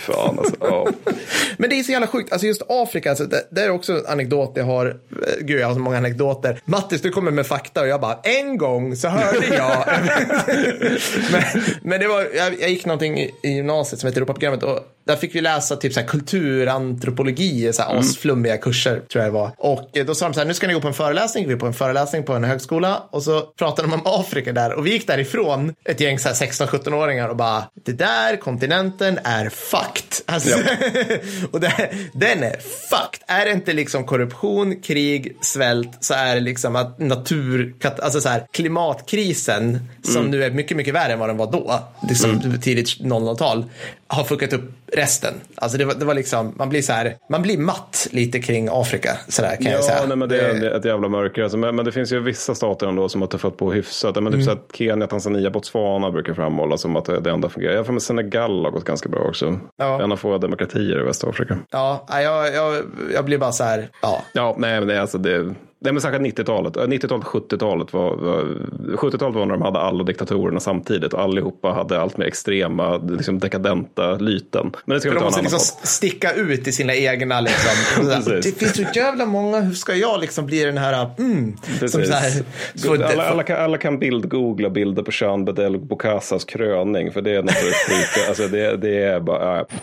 fan alltså. Ja. Men det är så jävla sjukt. Alltså just Afrika, alltså, det, det är också en anekdot jag har. Gud, jag har så många anekdoter. Mattis, du kommer med fakta och jag bara, en gång så hörde jag. men, men det var, jag, jag gick någonting i, i gymnasiet som heter Europaprogrammet och där fick vi läsa typ så här kulturantropologi, så här mm. asflummiga kurser tror jag det var. Och då sa de så här, nu ska ni gå på en föreläsning. Vi är på en föreläsning på en högskola och så pratade de om Afrika där. Och vi gick därifrån, ett gäng så här sexton-sjutton-åringar och bara, det där kontinenten är fucked. Alltså, ja. och det, den är fucked. Är det inte liksom korruption, krig, svält, så är det liksom att natur, alltså så här, klimatkrisen som mm. nu är mycket, mycket värre än vad den var då. Liksom mm. tidigt noll noll-tal har fuckat upp resten. Alltså det var, det var liksom, man blir så här, man blir matt lite kring Afrika, sådär kan ja, jag säga. Ja, men det är ett jävla mörker. Alltså, men, men det finns ju vissa stater ändå som har tuffat på hyfsat. Men typ mm. så att Kenya, Tanzania, Botswana brukar framhålla som att det enda fungerar. Jag får med Senegal har gått ganska bra också. Ja. En av få demokratier i Västafrika. Ja, jag, jag, jag blir bara så här, ja. Ja, nej men det är alltså det... Nej men säkert nittiotalet, nittiotalet, sjuttiotalet var, var sjuttiotalet var när de hade alla diktatorerna samtidigt och allihopa hade allt med extrema, liksom dekadenta lyten. Men det ska vi ta en annan liksom podd. Sticka ut i sina egna liksom. Det finns så jävla många, hur ska jag liksom bli den här mm, som så här, så alla, alla, kan, alla kan bildgoogla bilder på Jean Bedel Bokasas kröning, för det är något sjuka. Alltså det, det är bara äh.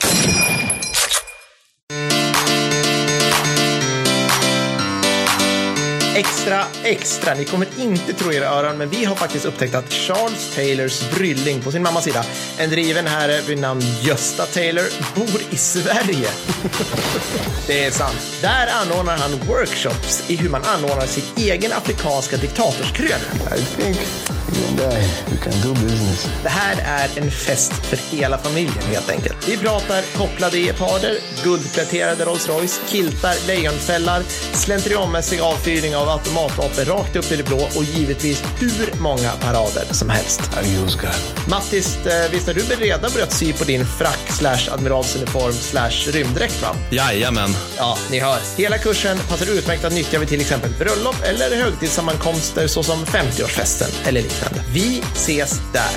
Extra, extra. Ni kommer inte tro era öron, men vi har faktiskt upptäckt att Charles Taylors brylling på sin mammas sida, en driven herre vid namn Gösta Taylor, bor i Sverige. Det är sant. Där anordnar han workshops i hur man anordnar sitt egen afrikanska diktatorskrön. I think you and I, we can do business. Det här är en fest för hela familjen helt enkelt. Vi pratar kopplade geparder, guldpläterade Rolls Royce, kiltar, lejonfällar, slentrianmässig avfyrning av automatapor rakt upp i det blå och givetvis hur många parader som helst. Adios, God. Mattis, visst har du redan börjat sy på din frack slash admiralsuniform slash rymddräkt, va? Jajamän. Ja, ni hör. Hela kursen passar utmärkt att nyttja vid till exempel bröllop eller högtidssammankomster såsom femtioårsfesten eller liknande. Vi ses där.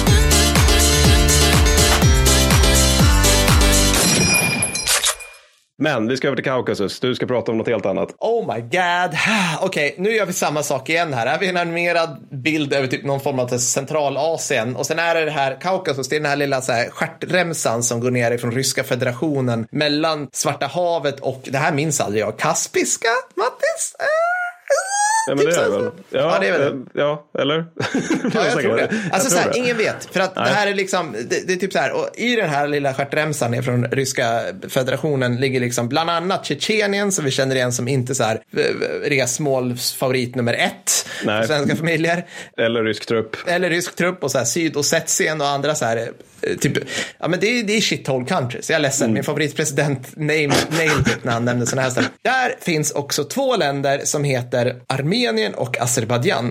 Men vi ska över till Kaukasus. Du ska prata om något helt annat. Oh my god. Okej, okay, nu gör vi samma sak igen här. Här har vi en animerad bild över typ någon form av Centralasien. Och sen är det det här Kaukasus. Det är den här lilla så här stjärtremsan som går ner ifrån Ryska federationen mellan Svarta havet och, det här minns aldrig jag, Kaspiska, Mattis? Äh. Ja, men det är väl. Ja, ja, det är väl. Ja, eller? Ja, jag tror det. Alltså så här, ingen vet. För att Nej. det här är liksom, det, det är typ så här, och i den här lilla stjärtremsan från Ryska federationen ligger liksom bland annat Tjetjenien, som vi känner igen som inte så här resmåls favorit nummer ett för svenska familjer. Eller rysk trupp. Eller rysk trupp och så här Sydossetien och andra så här typ, ja men det är, det är shithole countries. Jag är ledsen, mm. min favoritpresident nailed it när han nämnde sådana här ställen. Där finns också två länder som heter Armenien och Azerbaijan.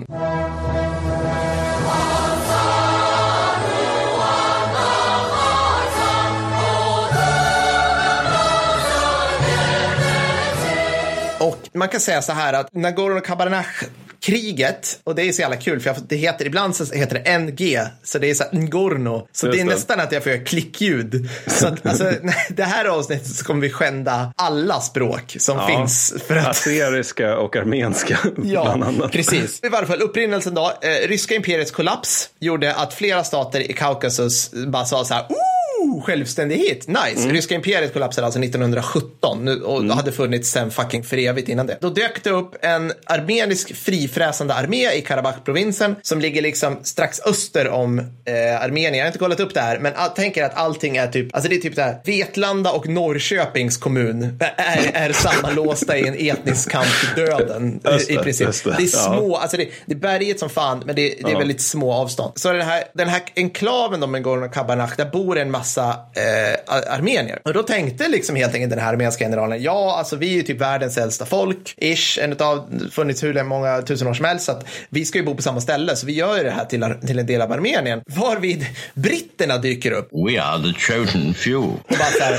Och man kan säga så här att Nagorno-Karabach kriget, och det är så jävla kul för det heter, ibland så heter det N G, så det är så här Ngorno, så det är nästan att jag får göra klickljud. Så att, alltså, det här avsnittet så kommer vi skända alla språk som ja, finns. För att... Assyriska och armenska ja, bland annat. Precis. I varje fall upprinnelsen då, eh, ryska imperiets kollaps gjorde att flera stater i Kaukasus bara sa så här, oh, självständighet, nice. Mm. Ryska imperiet kollapsade alltså nittonhundrasjutton och mm. hade funnits sen fucking för evigt innan det. Då dök det upp en armenisk frifräsande armé i Karabach-provinsen som ligger liksom strax öster om eh, Armenien. Jag har inte kollat upp det här, men jag tänker att allting är typ, alltså det är typ det här, Vetlanda och Norrköpings kommun är, är sammanlåsta i en etnisk kamp till döden i, i princip. Det. det är små, ja. alltså det, det är berget som fan, men det, det är ja. väldigt små avstånd. Så den här, den här enklaven om Nagorno-Karabach, där bor en massa eh, armenier. Och då tänkte liksom helt enkelt den här armenska generalen, ja alltså vi är ju typ världens äldsta folk, ish, en utav funnits hur många tusen år som helst, så att vi ska ju bo på samma ställe, så vi gör ju det här till, till en del av Armenien. Varvid britterna dyker upp. We are the chosen few. Och bara så här,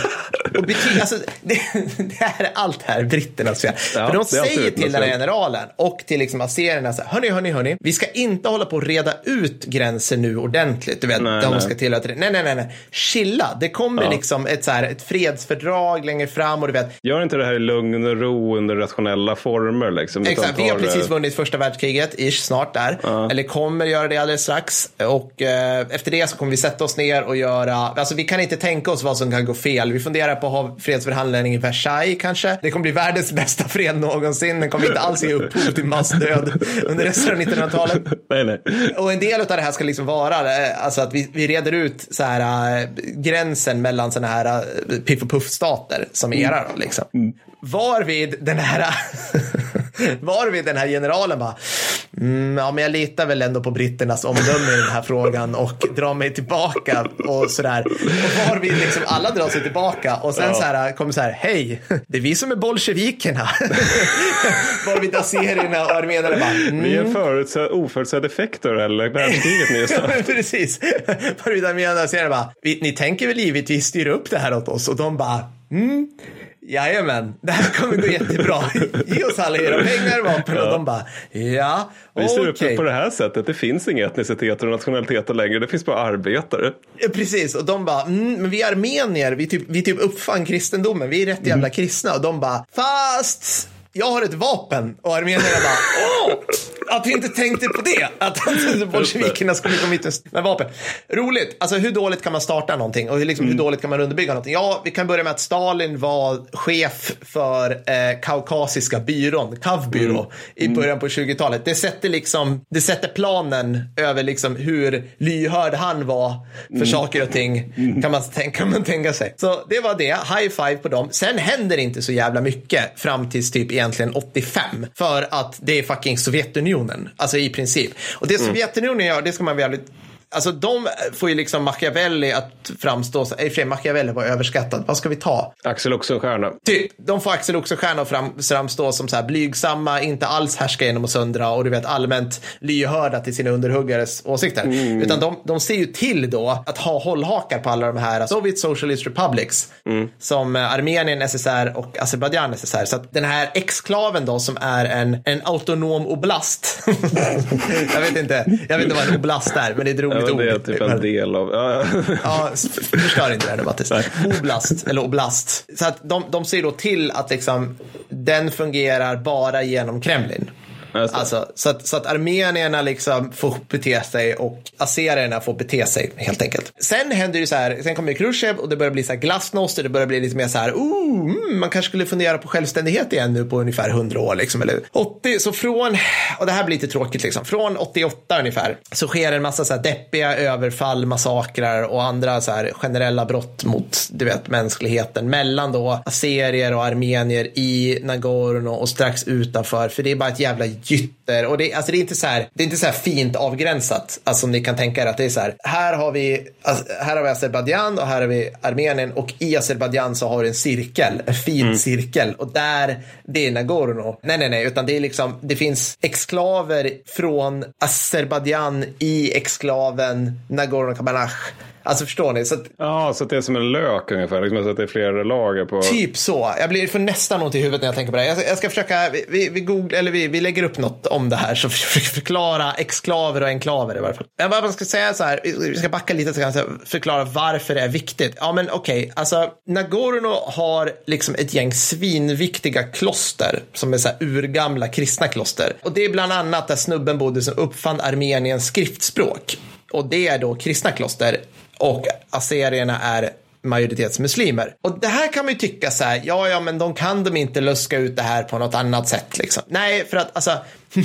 Och betyder, alltså, det, det här är allt här britternas fel. Ja, för de säger till den här generalen och till liksom azerierna så här, hörni, hörni, hörni, vi ska inte hålla på att reda ut gränser nu ordentligt. Du vet, nej, de nej. ska till att, nej, nej, nej, nej. Chilla, det kommer ja. liksom ett, så här, ett fredsfördrag längre fram och du vet. Gör inte det här i lugn och ro under rationella former liksom. Exakt, tar... vi har precis vunnit första världskriget, ish, snart där. Ja. Eller kommer göra det alldeles strax. Och eh, efter det så kommer vi sätta oss ner och göra, alltså vi kan inte tänka oss vad som kan gå fel. Vi funderar på att ha fredsförhandling i Versailles kanske. Det kommer bli världens bästa fred någonsin. Den kommer inte alls ge upphov till massdöd under resten av nittonhundratalet. Nej, nej. Och en del av det här ska liksom vara alltså att vi, vi reder ut så här, äh, gränsen mellan såna här äh, piff och puff-stater som era då, liksom. Mm. Varvid den här varvid den här generalen bara mm, ja men jag litar väl ändå på britternas omdöme i den här frågan och drar mig tillbaka och sådär. Och varvid liksom alla drar sig tillbaka och sen ja. så här kommer så här, hej, det är vi som är bolsjevikerna. Varvid azerierna och arméerna bara mm. Vi är förutsedd, oförutsedd effekter eller världskriget nu. Ja, precis. Varvid arméerna och azerierna bara, ni tänker väl givetvis styra upp det här åt oss och de bara mm. Jajamän, det här kommer gå jättebra. Ge oss alla era pengar, vapen ja. och de bara, ja, vi ser okay. upp på det här sättet. Det finns inga etniciteter och nationaliteter längre. Det finns bara arbetare. Ja, precis, och de bara, mm, men vi är armenier. Vi typ, vi typ uppfann kristendomen. Vi är rätt jävla kristna. Och de bara, fast jag har ett vapen. Och armenierna bara, åh, att vi inte tänkte på det. Att bolsjevikerna skulle komma hit med vapen. Roligt. Alltså hur dåligt kan man starta någonting? Och liksom, mm. hur dåligt kan man underbygga någonting? Ja, vi kan börja med att Stalin var chef för eh, kaukasiska byrån, Kavbyrå, mm. i början på tjugotalet. Det sätter liksom, det sätter planen över liksom hur lyhörd han var för mm. saker och ting. Mm. Kan man tänka, kan man tänka sig. Så det var det. High five på dem. Sen händer inte så jävla mycket fram tills typ egentligen åttiofem. För att det är fucking Sovjetunionen. Alltså i princip. Och det Sovjetunionen gör, det ska man väl... Alltså de får ju liksom Machiavelli att framstå, i och för sig Machiavelli var överskattad. Vad ska vi ta? Axel Oxenstierna. Typ, de får Axel Oxenstierna att fram, framstå som så här blygsamma, inte alls härska genom att söndra och du vet allmänt lyhörda till sina underhuggares åsikter. Mm. Utan de, de ser ju till då att ha hållhakar på alla de här Soviet Socialist Republics mm. som Armenien, S S R och Azerbaijan S S R. Så att den här exklaven då som är en, en autonom oblast. jag vet inte, jag vet inte vad en oblast är, men det är roligt. Ja, det är typ en del av... Ja, ja förstör inte det här debattis. Oblast, eller oblast. Så att de, de ser då till att liksom, den fungerar bara genom Kremlin. Alltså, så, att, så att armenierna liksom får bete sig och azerierna får bete sig helt enkelt. Sen händer ju så här, sen kommer Khrushchev och det börjar bli så här glasnost och det börjar bli lite mer så här, oh, mm, man kanske skulle fundera på självständighet igen nu på ungefär hundra år liksom, eller åttio, så från, och det här blir lite tråkigt liksom, från åttioåtta ungefär så sker en massa så här deppiga överfall, massakrar och andra så här generella brott mot, du vet, mänskligheten mellan då azerier och armenier i Nagorno och strax utanför, för det är bara ett jävla gytter och det, alltså det är inte så här, det är inte så här fint avgränsat, alltså om ni kan tänka er att det är så här, här har vi alltså, här har vi Azerbaijan och här har vi Armenien och i Azerbaijan så har du en cirkel, en fin mm. cirkel och där, det är Nagorno. Nej, nej, nej, utan det är liksom, det finns exklaver från Azerbaijan i exklaven Nagorno-Karabach. Alltså förstår ni? Så att, ja, så att det är som en lök ungefär, liksom, så att det är flera lager på... Typ så. Jag blir för nästan ont i huvudet när jag tänker på det. Jag ska, jag ska försöka, vi, vi, googla, eller vi, vi lägger upp något om det här så försöker förklara exklaver och enklaver i varje fall. Jag bara ska säga så här, vi ska backa lite så kan jag förklara varför det är viktigt. Ja men okej, okay, alltså Nagorno har liksom ett gäng svinviktiga kloster som är så här urgamla kristna kloster. Och det är bland annat där snubben bodde som uppfann Armeniens skriftspråk. Och det är då kristna kloster. Och azerierna är majoritetsmuslimer. Och det här kan man ju tycka så här, ja ja men de kan de inte luska ut det här på något annat sätt liksom. Nej, för att alltså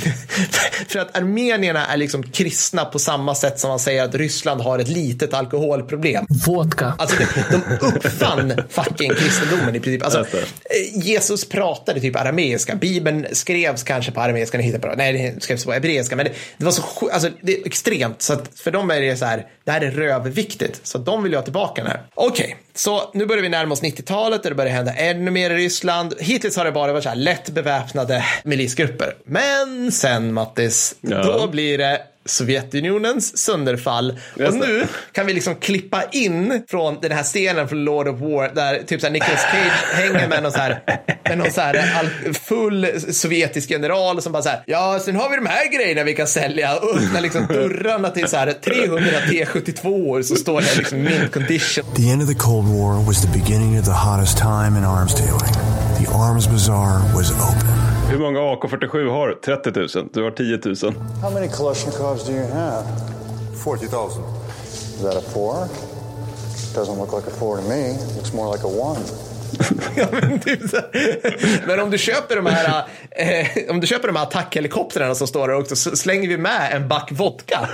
för att armenierna är liksom kristna på samma sätt som man säger att Ryssland har ett litet alkoholproblem. Vodka. Alltså de, de uppfann fucking kristendomen i princip. Alltså Jesus pratade typ arameiska. Bibeln skrevs kanske på arameiska, ni hittar på. Nej, det skrevs på hebreiska, men det, det var så alltså det är extremt så att för dem är det så här, det här är rövviktigt. Så de vill ju ha tillbaka den här. Okej. Okay. Så nu börjar vi närma oss nittiotalet och det börjar hända ännu mer i Ryssland. Hittills har det bara varit så här lätt beväpnade milisgrupper. Men Men sen, Mattis, ja. då blir det Sovjetunionens sönderfall. Just och nu det. kan vi liksom klippa in från den här scenen från Lord of War där typ så här Nicolas Cage hänger med någon så här, med någon så här full sovjetisk general som bara så här, ja, sen har vi de här grejerna vi kan sälja, och öppnar liksom dörrarna till så här trehundra T sjuttiotvå år, så står det liksom mint condition. The end of the Cold War was the beginning of the hottest time in arms dealing. The arms bazaar was open. Hur många A K fyrtiosju har? trettio tusen. Du har tio tusen. How many Kalashnikovs do you have? forty thousand. Is that a four? Doesn't look like a four to me. It looks more like a one. Ja, men, typ så. Men om du köper de här eh, om du köper de här attackhelikoptrarna som står där också, så slänger vi med en back vodka.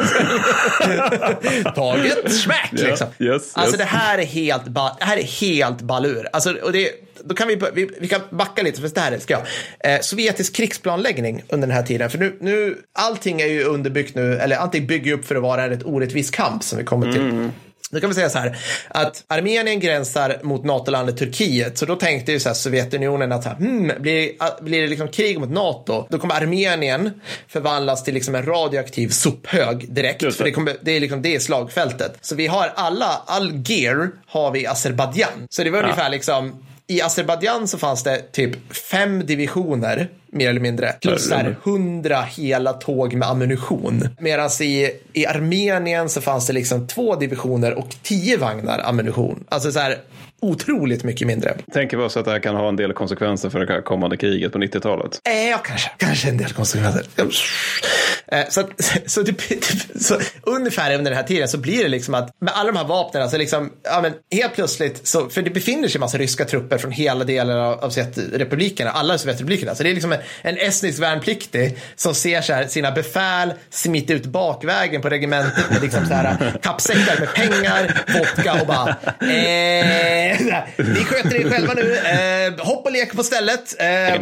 Taget smack liksom. Yeah, yes, alltså yes. det här är helt ba- det här är helt balur. Alltså, och det då kan vi, vi vi kan backa lite, för det här ska jag. Eh, sovjetisk krigsplanläggning under den här tiden, för nu nu allting är ju underbyggt nu, eller allting bygger upp för att vara ett orättvis kamp som vi kommer till. Mm. Då kan vi säga så här, att Armenien gränsar mot NATO-landet Turkiet, så då tänkte ju så här Sovjetunionen att så här, hmm, blir, blir det liksom krig mot NATO, då kommer Armenien förvandlas till liksom en radioaktiv sophög direkt, det. för det, kommer, det är liksom det är slagfältet. Så vi har alla, all gear har vi i Azerbaijan. Så det var ja. ungefär liksom, i Azerbaijan så fanns det typ fem divisioner mer eller mindre, plus där hundra hela tåg med ammunition. Medan i, i Armenien så fanns det liksom två divisioner och tio vagnar ammunition. Alltså så här otroligt mycket mindre. Tänker vi oss att det här kan ha en del konsekvenser för det kommande kriget på nittiotalet? Eh, ja, kanske. Kanske en del konsekvenser. Eh, så, så, typ, typ, så ungefär under den här tiden så blir det liksom att med alla de här vapnen, alltså liksom, ja, men helt plötsligt, så, för det befinner sig en massa ryska trupper från hela delar av, av Sovjetrepublikerna, alla Sovjetrepublikerna. Så det är liksom en, en estnisk värnpliktig som ser så här, sina befäl smitta ut bakvägen på regementet med liksom så här kappsäckar med pengar, vodka och bara eh, ni sköter er själva nu, eh, hopp och lek på stället, eh,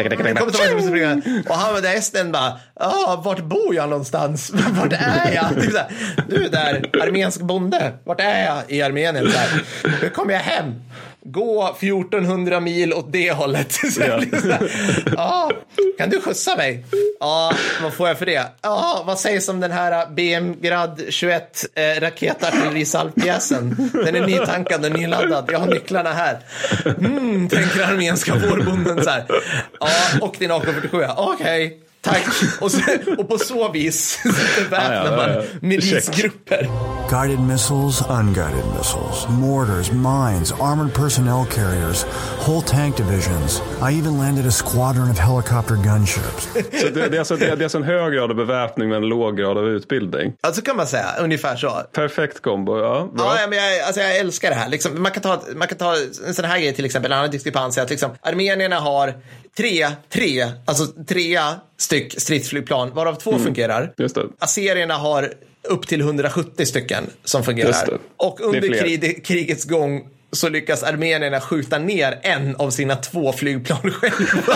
och han var där, esten bara, ah, vart bor jag någonstans? Vart är jag? Typ så här, du är där, armensk bonde, vart är jag i Armenien? Så här, hur kommer jag hem? Gå fjortonhundra mil åt det hållet. Så ja. ah, kan du skjutsa mig? Ja, ah, vad får jag för det? Ja, ah, vad sägs om den här B M Grad tjugoett eh, raketartillerisalvpjäsen? Den är nytankad och nyladdad. Jag har nycklarna här. Mm, tänker armenska vårbonden så här. Ja, ah, och din A K fyrtiosju. Okej. Okay. Tack. Och, så, och på så vis beväpnar man ah, ja, ja. milisgrupper. Guided missiles, unguided missiles, mortars, mines, armored personnel carriers, whole tank divisions. I even landed a squadron of helicopter gunships. Så det, det, är alltså, det, det är alltså en hög grad av beväpning med en låg grad av utbildning. Alltså kan man säga, ungefär så. Perfekt kombo, ja. Bra. Ja, men jag, alltså jag älskar det här. Liksom, man, kan ta, man kan ta en sån här grej till exempel, en annan diskrepans är att liksom, armenierna har tre, tre, alltså tre styck stridsflygplan, varav två mm. fungerar. Just det. Azerierna har upp till hundrasjuttio stycken som fungerar. Och under krig, krigets gång så lyckas armenierna skjuta ner en av sina två flygplan själva.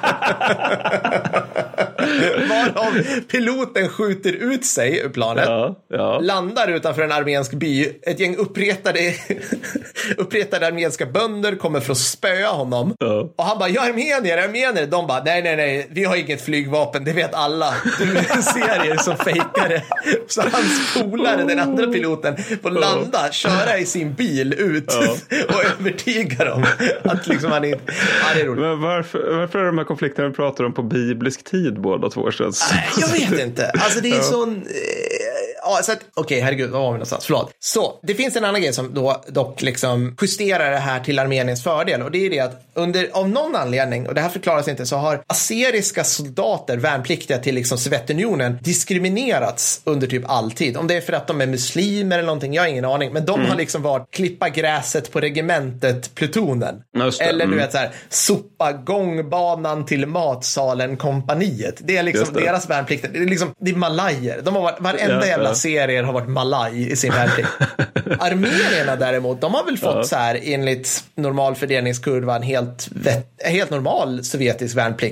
Varav piloten skjuter ut sig ur planet, ja, ja. landar utanför en armensk by. Ett gäng uppretade, uppretade armenska bönder kommer för att spöa honom. Ja. Och han bara, jag är armenier, armenier. De bara, nej, nej, nej, vi har inget flygvapen, det vet alla. Du ser er som fejkare. Så hans polare, den andra piloten, får landa, köra i sin bil ut. Ja. Och övertyga dem att liksom han inte... Ja, det är roligt. Men varför, varför är de här konflikterna vi pratar om på biblisk tid båda två känns? Jag vet inte. Alltså det är ja. sån... Eh, ja, så att... Okej, okay, herregud, vad var vi någonstans? Förlåt. Så, det finns en annan grej som då dock liksom justerar det här till Armeniens fördel. Och det är det att under, av någon anledning, och det här förklaras inte, så har assyriska soldater, värnpliktiga till liksom Sovjetunionen, diskriminerats under typ alltid. Om det är för att de är muslimer eller någonting, jag har ingen aning. Men de mm. har liksom varit klippa gräset på regementet plutonen. Eller du vet så här, sopa gångbanan till matsalen kompaniet. Det är liksom det. Deras värnplikter. Det är liksom, det är malajer. De har varit, varenda ja, jävla ja. serier har varit malaj i sin värnplikt. Armenierna däremot, de har väl fått ja. så här enligt normal fördelningskurva en helt, vet, helt normal sovjetisk värnplikt.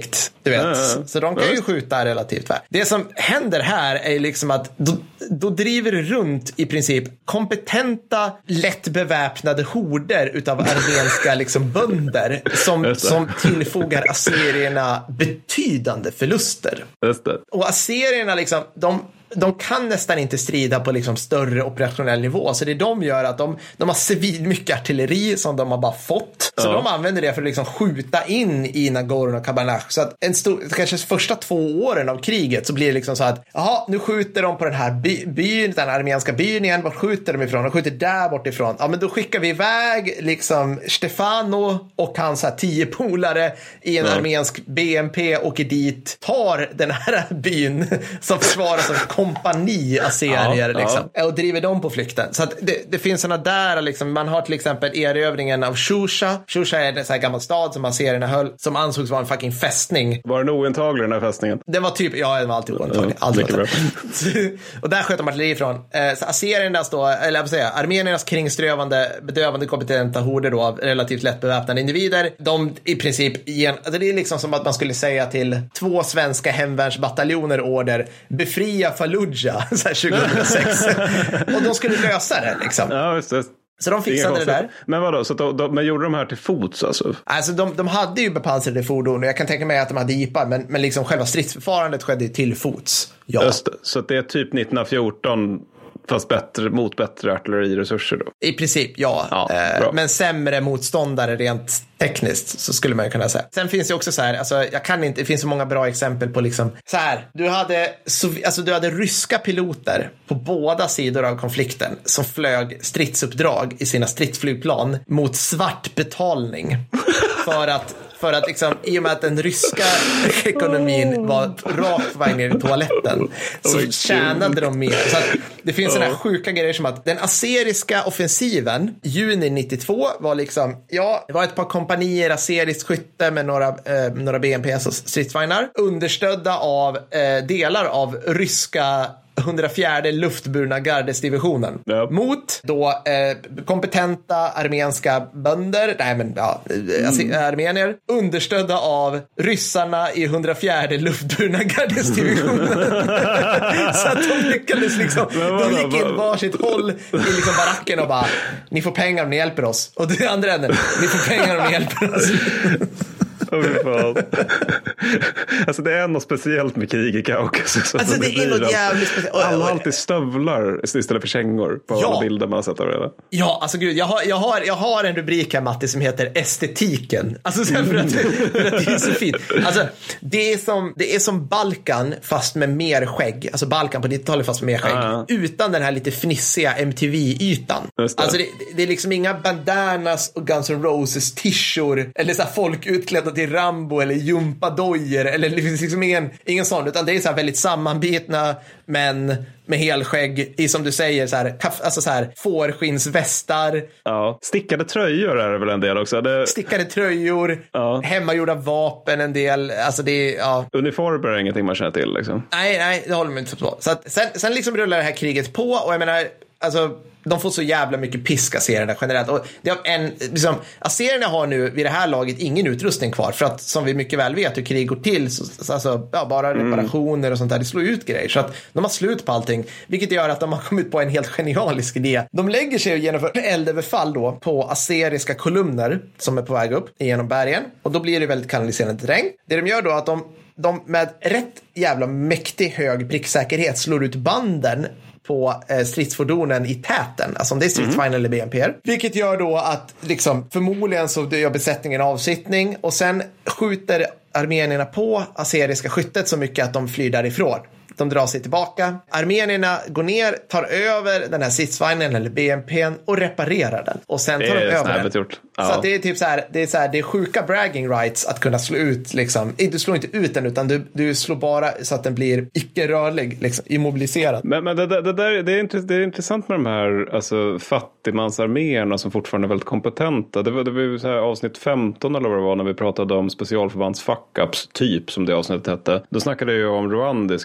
Du vet. Ja, ja. Så de kan ju skjuta relativt väl. Det som händer här är liksom att då, då driver det runt i princip kompetenta, lätt beväpnade horder utav armenska liksom bönder som, som tillfogar assyrierna betydande förluster. Just det. Och assyrierna liksom, de de kan nästan inte strida på liksom större operationell nivå. Så det de gör att de, de har civil mycket artilleri som de har bara fått. Så ja. de använder det för att liksom skjuta in i Nagorno-Karabach. Så att en stor, kanske första två åren av kriget så blir det liksom så att jaha, nu skjuter de på den här by, byn, den armenska byn igen. Vart skjuter de ifrån? De skjuter där bort ifrån. Ja, men då skickar vi iväg liksom Stefano och hans här tio polare i en ja. armensk B M P, åker dit, tar den här byn som försvarar som kompani asserier ja, liksom, ja. och driver dem på flykten. Så att det, det finns såna där liksom, man har till exempel erövringen av Shusha. Shusha är en sån här gammal stad som assyrierna höll, som ansågs vara en fucking fästning. Var den ointaglig den här fästningen? Det var typ, ja, den var alltid ointaglig. Ja, alltid och där sköt de artilleri ifrån. Eh, så assyriernas då, eller jag vill säga, armeniernas kringströvande, bedövande kompetenta horder då av relativt lätt beväpnade individer. De i princip, gen, alltså det är liksom som att man skulle säga till två svenska hemvärnsbataljoner order, befria Fallujah så här tjugohundrasex. Och de skulle lösa det liksom. Ja, just det. Så de fixade det där. Men vadå, så de, de, men gjorde de här till fots alltså? Alltså de, de hade ju bepansrade fordon och jag kan tänka mig att de hade jeepar, men, men liksom själva stridsförfarandet skedde till fots. Ja. Just det. Så det är typ nittonhundrafjorton fast bättre, mot bättre artilleriresurser då? I princip, ja. ja eh, men sämre motståndare rent tekniskt, så skulle man ju kunna säga. Sen finns det också så här, alltså jag kan inte, det finns så många bra exempel på liksom så här, du hade, alltså du hade ryska piloter på båda sidor av konflikten som flög stridsuppdrag i sina stridsflygplan mot svart betalning för att För att liksom, i och med att den ryska ekonomin var rakt på väg ner i toaletten så oh, tjänade de mer. Så att det finns oh. sådana här sjuka grejer som att den assyriska offensiven juni nittiotvå var liksom, ja, det var ett par kompanier assyriskt skytte med några, eh, några B M P, alltså stridsvagnar, understödda av eh, delar av ryska hundrafjärde luftburna gardesdivisionen yep. mot då eh, kompetenta armenska bönder, nej men ja, mm. armenier, understödda av ryssarna i hundrafjärde luftburna gardesdivisionen. Så att de lyckades liksom, de gick in varsitt håll i liksom baracken och bara, ni får pengar om ni hjälper oss. Och det andra änden, ni får pengar om ni hjälper oss. Oh, fan. Alltså det är något speciellt med krig i Kaukasus. Alltså det, det är något jävligt speciellt. Alla har alltid stövlar istället för kängor på ja. alla bilder man har sett av det. Ja, alltså gud, jag har, jag, har, jag har en rubrik här, Matti, som heter estetiken. Alltså för att, för att det är så fint. Alltså det är som, det är som Balkan fast med mer skägg. Alltså Balkan på nittiotalet fast med mer skägg. Uh-huh. Utan den här lite fnissiga M T V-ytan. Alltså det, det är liksom inga bandanas och Guns N' Roses tishor eller så här folk utklädda till Rambo eller jumpadojor eller liksom ingen, ingen sån, utan det är så här väldigt sammanbitna men med helskägg i, som du säger, så här, kaff, alltså så här fårskinnsvästar. Ja, stickade tröjor är det väl en del också. Det... Stickade tröjor, ja. Hemmagjorda vapen en del, alltså det är, ja. Uniformer är ingenting man känner till liksom. Nej, nej, det håller man inte på. Så att, sen, sen liksom rullar det här kriget på och jag menar, alltså de får så jävla mycket pisk assyrierna generellt. Och det har en, liksom, assyrierna har nu vid det här laget ingen utrustning kvar. För att som vi mycket väl vet hur krig går till, så, alltså, ja, bara reparationer och sånt där, det slår ut grejer. Så att de har slut på allting. Vilket gör att de har kommit på en helt genialisk idé. De lägger sig och genomför eldöverfall då på assyriska kolumner som är på väg upp genom bergen. Och då blir det väldigt kanaliserande terräng. Det de gör då är att de, de med rätt jävla mäktig hög pricksäkerhet slår ut banden på eh, stridsfordonen i täten, alltså om det är stridsvagn mm. eller B M P R. Vilket gör då att liksom, förmodligen så gör besättningen avsittning och sen skjuter armenierna på assyriska skyttet så mycket att de flyr därifrån. De drar sig tillbaka. Armenierna går ner, tar över den här stridsvagnen eller B M P:n och reparerar den. Och sen tar de över den. Gjort. Ja. Så att det är typ så här, det är så här, det är sjuka bragging rights att kunna slå ut liksom. Du slår inte ut den utan du, du slår bara så att den blir icke-rörlig, liksom, immobiliserad. Men, men det, det, det, där, det, är intressant, det är intressant med de här alltså, fattigmansarméerna som fortfarande är väldigt kompetenta. Det var, det var så här, avsnitt femton eller vad det var när vi pratade om specialförbands fuck-ups typ som det avsnittet hette. Då snackade jag om rwandiska armén.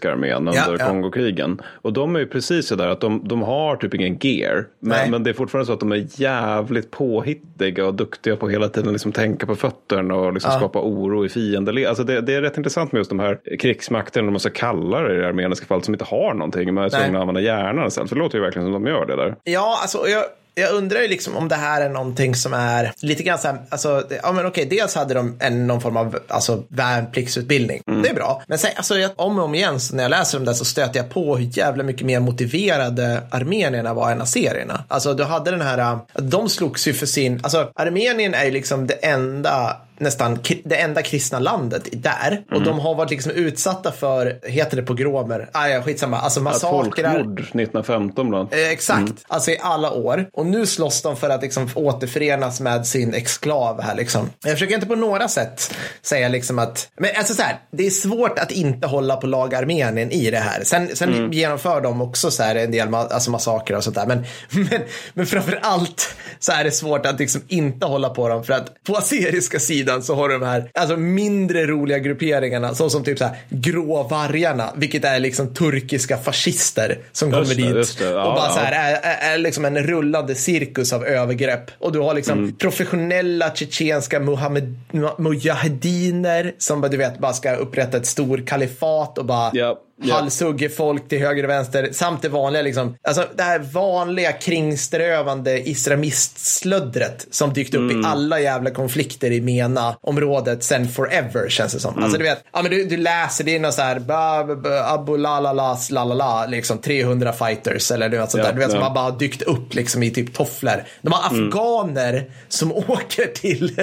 Armenien under ja, ja. Kongokrigen. Och de är ju precis så där att de, de har typ ingen gear. Men, men det är fortfarande så att de är jävligt påhittiga och duktiga på hela tiden liksom tänka på fötterna och liksom ja. skapa oro i fienden. Alltså det, det är rätt intressant med just de här krigsmakterna, om man ska kalla det i det armeniska fallet, som inte har någonting. Man är tvungna att använda hjärnan istället. För det låter ju verkligen som de gör det där. Ja, alltså jag... Jag undrar ju liksom om det här är någonting som är lite grann så här, alltså, ja men okej, dels hade de en, någon form av alltså, värnpliktsutbildning. Mm. Det är bra. Men sen, alltså, jag, om och om igen, så när jag läser om det så stöter jag på hur jävla mycket mer motiverade armenierna var än azerierna. Alltså, du hade den här, de slogs ju för sin, alltså Armenien är ju liksom det enda nästan det enda kristna landet där. Mm. Och de har varit liksom utsatta för, heter det pogromer? Ah, ja, skitsamma. Alltså massakrar. Folkmord nittonhundrafemton bland. Eh, exakt. Mm. Alltså i alla år. Och nu slåss de för att liksom återförenas med sin exklav här liksom. Jag försöker inte på några sätt säga liksom att, men alltså så här, det är svårt att inte hålla på lag Armenien i det här. Sen, sen mm. genomför de också så här en del alltså massakrer och sånt där. Men, men, men framför allt så är det svårt att liksom inte hålla på dem, för att på assyriska sidan så har de här alltså mindre roliga grupperingarna, så som typ så här gråvargarna, vilket är liksom turkiska fascister som just kommer det, dit det. Ja, och bara ja. så här är, är, är liksom en rullande cirkus av övergrepp. Och du har liksom mm. professionella tjetjenska Muhammed, mujahediner som du vet bara ska upprätta ett stor kalifat och bara yep. Yeah. halshugger folk till höger och vänster, samt det vanliga liksom, alltså det här vanliga kringströvande islamistslöddret som dykt upp mm. i alla jävla konflikter i MENA-området sen forever, känns det som. Mm. Alltså du vet, ja men du, du läser det någon så här ba, ba, ba, abu la la la la la la liksom trehundra fighters eller du vet sånt yeah, där, du vet yeah. som har bara dykt upp liksom i typ tofflor. De har afghaner mm. som åker till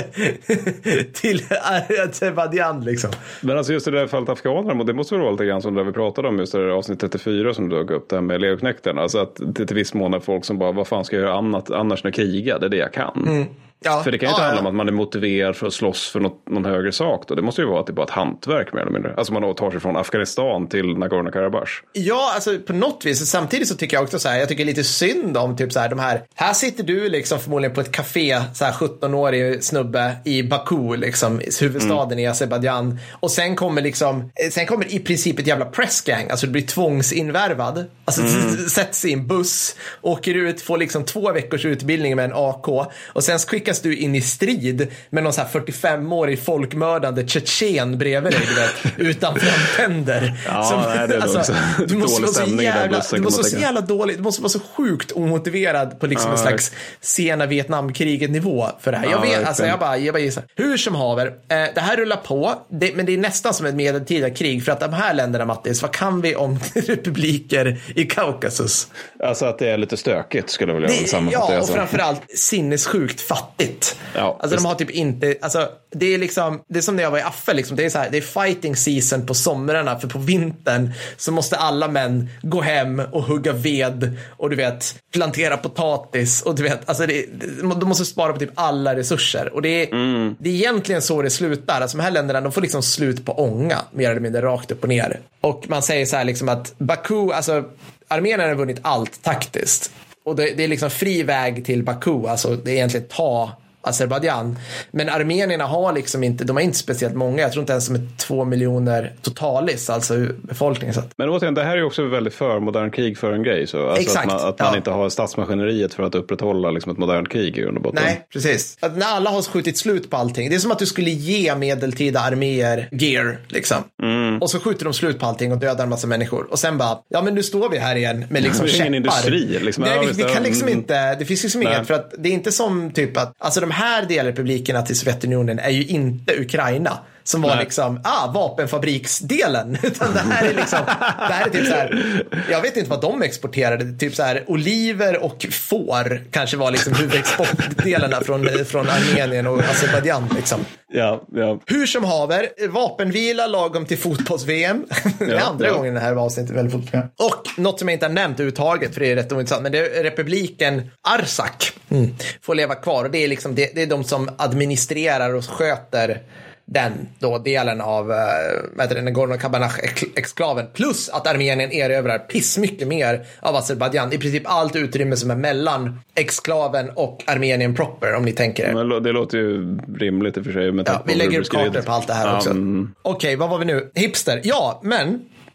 till Azerbaijan liksom. Men alltså just det där fallet afghaner, det måste vara lite grann som där vi pratade om just det avsnitt trettiofyra som du dök upp där med legoknekterna. Alltså att det till viss mån är folk som bara, vad fan ska jag göra annat, annars när kriga? Det är det jag kan. Mm. Ja, för det kan ju inte ja, handla om att man är motiverad för att slåss för något, någon högre sak då. Det måste ju vara att det är bara ett hantverk mer eller mindre. Alltså man tar sig från Afghanistan till Nagorno-Karabach. Ja, alltså på något vis. Samtidigt så tycker jag också så här, jag tycker lite synd om typ så här, de här, här sitter du liksom förmodligen på ett café, så här sjutton-årig snubbe i Baku liksom, huvudstaden mm. i Azerbaijan. Och sen kommer liksom, sen kommer i princip ett jävla pressgang, alltså du blir tvångsinvärvad. Alltså mm. sätts i en buss, åker ut, får liksom två veckors utbildning med en A K och sen skickas du in i strid med någon så här fyrtiofem-årig folkmördande tjetjen bredvid dig, du vet, utan framtänder. Ja, som, nej, det är alltså, också du måste vara så jävla, du måste vara så jävla dålig, du måste vara så sjukt omotiverad på liksom ja, en slags sena Vietnamkriget nivå för det här. Jag vet, ja, alltså jag bara, jag bara gissar. Hur som haver, eh, det här rullar på, det, men det är nästan som ett medeltida krig, för att de här länderna, Mattis, vad kan vi om republiker i Kaukasus? Alltså att det är lite stökigt skulle jag vilja sammanfatta. Ja, och framförallt sinnessjukt fattigt. Ja, alltså just. De har typ inte, alltså det är liksom, det är som när jag var i Affe liksom, det är så här, det är fighting season på somrarna, för på vintern så måste alla män gå hem och hugga ved och du vet, plantera potatis och du vet, alltså det, de måste spara på typ alla resurser och det är, mm. det är egentligen så det slutar. Alltså de här länderna, de får liksom slut på ånga mer eller mindre rakt upp och ner. Och man säger så här liksom att Baku, alltså Armenien har vunnit allt taktiskt. Och det, det är liksom fri väg till Baku, alltså det är egentligen ta Azerbaijan. Men armenierna har liksom inte, de har inte speciellt många, jag tror inte ens som är två miljoner totalis, alltså befolkningen. Så. Men återigen, det här är ju också väldigt för modern krig för en grej. Så. Alltså exakt. Att man, att man ja. inte har statsmaskineriet för att upprätthålla liksom ett modernt krig i grund och botten. Nej, precis. Att när alla har skjutit slut på allting, det är som att du skulle ge medeltida arméer gear liksom. Mm. Och så skjuter de slut på allting och dödar en massa människor. Och sen bara, ja men nu står vi här igen med liksom käppar. Ingen industri liksom. Nej, ja, vi, vi kan liksom mm. inte, det finns liksom inget, för att det är inte som typ att, alltså de här delrepublikerna till Sovjetunionen är ju inte Ukraina som var Nej. liksom, ah, vapenfabriksdelen, utan det här är liksom, det här är typ så här, jag vet inte vad de exporterade, typ så här, oliver och får kanske var liksom huvudexportdelarna från, från Armenien och Azerbaijan liksom. Ja, ja. Hur som haver, vapenvila lagom till fotbolls-V M. Det är ja, andra ja. gången det här var avsnittet väldigt fotbolls-V M. Och något som jag inte har nämnt överhuvudtaget, för det är rätt ointressant, men det är republiken Arsak mm. får leva kvar, och det är liksom, det, det är de som administrerar och sköter den då delen av äh, Nagorno-Karabach-exklaven, plus att Armenien erövrar piss mycket mer av Azerbaijan, i princip allt utrymme som är mellan exklaven och Armenien proper, om ni tänker er. Men det låter ju rimligt i och för sig. Med ja, vi lägger upp kartor på allt det här um... också. Okej, okay, vad var vi nu? Hipster. Ja, men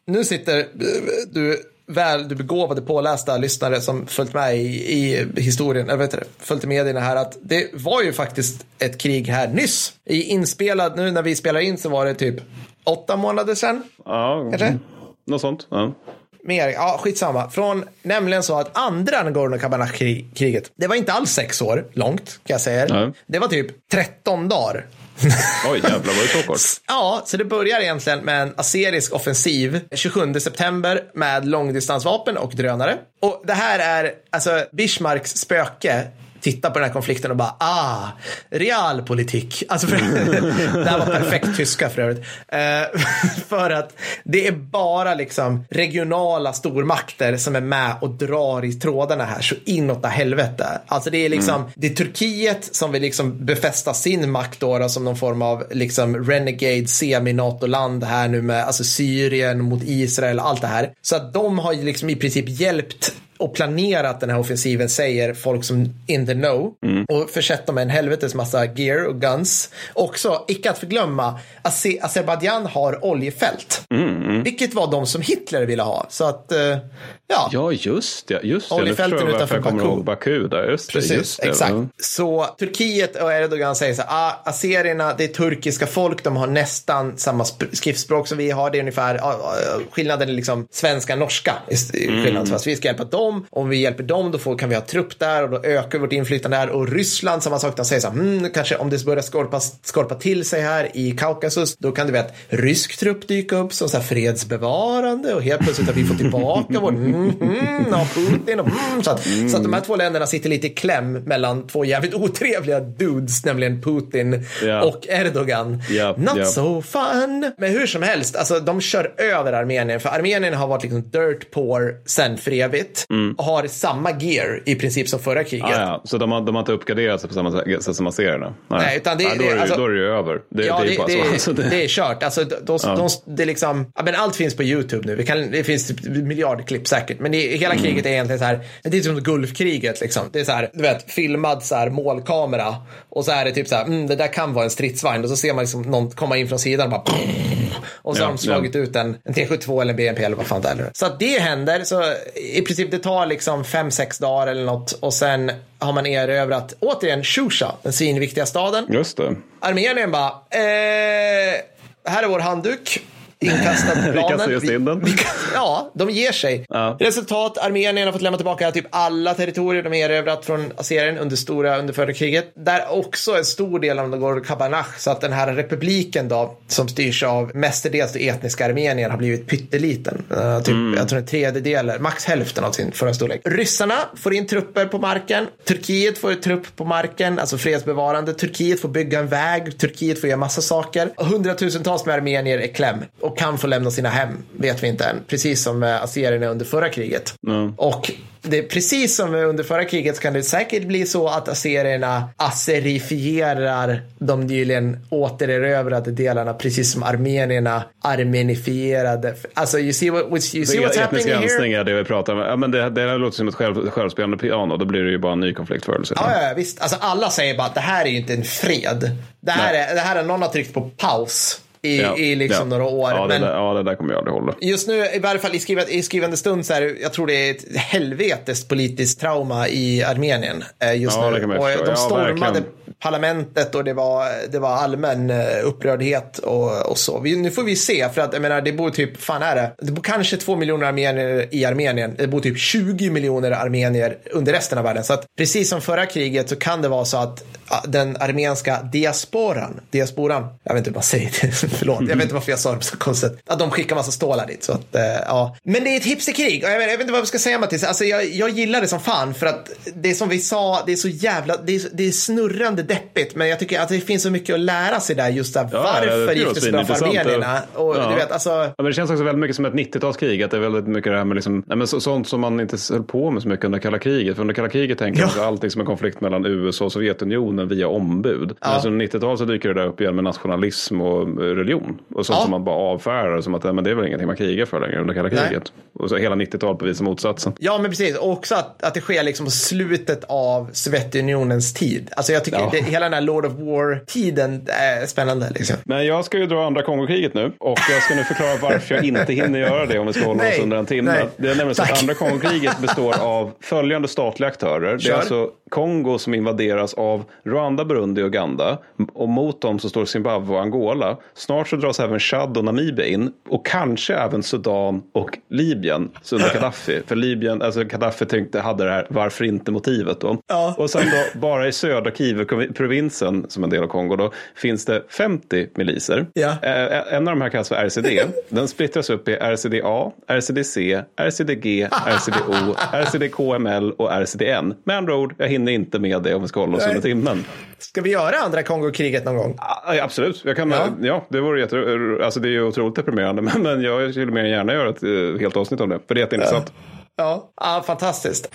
nu sitter du väl, du begåvade pålästa lyssnare som följt med i, i historien, eller vet du, följt med i det här, att det var ju faktiskt ett krig här nyss. I inspelad, nu när vi spelar in så var det typ åtta månader sedan. Ja, kanske? Något sånt, ja. Mer, ja skitsamma. Från nämligen så att andra Nagorno-Karabach-kriget, det var inte alls sex år långt, kan jag säga. Nej. Det var typ tretton dagar. Oj, jävlar, var det så kort? Ja, så det börjar egentligen med en assyrisk offensiv tjugosjunde september med långdistansvapen och drönare. Och det här är, alltså, Bismarcks spöke titta på den här konflikten och bara, ah, realpolitik. Alltså, för, det här var perfekt tyska för övrigt. Uh, för att det är bara liksom regionala stormakter som är med och drar i trådarna här så inåt helvete. Alltså det är liksom, mm. det är Turkiet som vill liksom befästa sin makt då, då som någon form av liksom renegade semi-NATO-land här nu med alltså Syrien mot Israel och allt det här. Så att de har ju liksom i princip hjälpt och planerat den här offensiven, säger folk som in the know, mm. och försett dem med en helvetes massa gear och guns. Också, icke att förglömma, Aze- Azerbaijan har oljefält. Mm, mm. Vilket var de som Hitler ville ha. Så att, uh, ja. Ja, just det. Just det. Oljefälten utanför Baku. Baku. Baku där, just Precis, det, just det. exakt. Mm. Så Turkiet och Erdogan säger så här, ah, azerierna, det är turkiska folk, de har nästan samma sp- skriftspråk som vi har, det är ungefär, ah, ah, skillnaden är liksom svenska-norska i skillnad, mm. fast vi ska hjälpa dem, om vi hjälper dem då får, kan vi ha trupp där och då ökar vårt inflytande där. Och Ryssland, samma sak, de säger så här, hmm, kanske om det börjar skorpa, skorpa till sig här i Kaukasus, då kan du vet rysk trupp dyka upp som så här fredsbevarande och helt plötsligt att vi får tillbaka vår mm, mm, och Putin och, mm, så, att, mm. så att de här två länderna sitter lite i kläm mellan två jävligt otrevliga dudes, nämligen Putin yeah. och Erdogan. Yep, Not yep. so fun. Men hur som helst, alltså de kör över Armenien, för Armenien har varit liksom dirt poor sen för evigt. Mm. Och har samma gear i princip som förra kriget. Ah, ja. Så de har, de har inte uppgraderat sig på samma sätt som azerierna? Nej. Nej, utan det, ja, då, är det, alltså, då är det ju över. Det, ja, det är det, bara det, så. Alltså, det... det är kört. Alltså, de, ja. de, det är liksom, ja, men allt finns på YouTube nu. Vi kan, det finns typ miljardklipp säkert. Men det, hela mm. kriget är egentligen så här, det är som Gulfkriget liksom. Det är så här, du vet, filmad så här målkamera. Och så är det typ så här, mm, det där kan vara en stridsvagn. Och så ser man liksom någon komma in från sidan och bara och så ja, har de slagit ja. ut en, en T sjuttiotvå eller en B M P eller vad fan det är. Så att det händer, så i princip det tar liksom fem, sex dagar eller något, och sen har man erövrat återigen Shusha, den svinviktiga staden. Just det. Armenien bara, eh, här är vår handduk. Inkastad på planen. Vi, vi, vi, ja, de ger sig. Ja. Resultat, Armenien har fått lämna tillbaka typ alla territorier de erövrat från Azerien under stora under förra kriget. Där också en stor del av Nagorno-Karabach, så att den här republiken då, som styrs av mestadels etniska Armenien, har blivit pytteliten. Uh, typ, mm. Jag tror en tredjedel, max hälften av sin förra storlek. Ryssarna får in trupper på marken. Turkiet får en trupp på marken, alltså fredsbevarande. Turkiet får bygga en väg. Turkiet får göra massa saker. Hundratusentals med armenier är kläm och kan få lämna sina hem, vet vi inte än. Precis som azerierna under förra kriget. Mm. Och det är precis som under förra kriget, så kan det säkert bli så att azerierna azerifierar de nyligen återerövrade delarna, precis som armenierna armenifierade. Alltså, you see, what, you see what's happening here? Etnisk är det vi pratar om. Ja, men det, det låter som ett själv, självspelande piano. Då blir det ju bara en ny konflikt förr. Ja, ja, visst. Alltså, alla säger bara att det här är ju inte en fred. Det här, är, det här är någon har tryckt på paus i, ja, i liksom ja. några år. Ja, men det där, ja, det där kommer jag aldrig hålla. Just nu, i varje fall i skrivande, i skrivande stund, så är jag tror det är ett helvetes politiskt trauma i Armenien just ja, nu. Och de stormade ja, parlamentet och det var, det var allmän upprördhet och, och så. Vi, nu får vi se, för att jag menar, det bor typ, fan är det? Det bor kanske två miljoner armenier i Armenien. Det bor typ tjugo miljoner armenier under resten av världen. Så att precis som förra kriget så kan det vara så att den armenska diasporan, diasporan, jag vet inte hur man säger det, förlåt, jag vet inte varför jag sa det på så konstigt, att de skickar massa stålar dit, så att, äh, ja. Men det är ett hipsterkrig, och jag vet, jag vet inte vad vi ska säga, Mattis. Alltså jag, jag gillar det som fan, för att det är som vi sa, det är så jävla, det är, det är snurrande deppigt, men jag tycker att det finns så mycket att lära sig där, just där, ja, varför gick det så bra för armenierna, och ja. du vet, alltså. Ja, men det känns också väldigt mycket som ett nittiotalskrig, att det är väldigt mycket det här med liksom, nej, men så, sånt som man inte höll på med så mycket under kalla kriget, för under kalla kriget tänker jag ja. allting som en konflikt mellan U S A och Sovjetunionen revolutionen via ombud. Ja. Alltså nittiotalet så dyker det där upp igen med nationalism och religion. Och sånt ja. som man bara avfärdar som att men det är väl ingenting man krigar för längre under kalla kriget. Nej. Och så hela nittiotalet bevisar motsatsen. Ja, men precis. Och också att, att det sker liksom på slutet av Sovjetunionens tid. Alltså jag tycker ja. det, hela den här Lord of War-tiden är spännande. Liksom. Men jag ska ju dra andra Kongokriget nu. Och jag ska nu förklara varför jag inte hinner göra det om vi ska hålla oss under en timme. Nej. Det är nämligen så att andra Kongokriget består av följande statliga aktörer. Kör. Det är alltså Kongo som invaderas av Rwanda, Burundi och Uganda. Och mot dem så står Zimbabwe och Angola. Snart så dras även Chad och Namibia in. Och kanske även Sudan och Libyen under Gaddafi. För Libyen, alltså Gaddafi tänkte, hade det här varför inte motivet då. Ja. Och sen då bara i södra Kivu-provinsen som en del av Kongo då finns det femtio miliser. Ja. En av de här kallas för R C D. Den splittras upp i R C D A, R C D C, R C D G, R C D O, R C D K M L och R C D N. Med andra ord, jag hinner inte med det om vi ska hålla oss under timmen. Ska vi göra andra Kongokriget någon gång? Ja, absolut. Jag kan, ja. ja, det vore jätte, alltså det är ju otroligt deprimerande, men, men jag skulle mer gärna göra ett uh, helt avsnitt om det, för det är jätteintressant. Ja, ja, fantastiskt.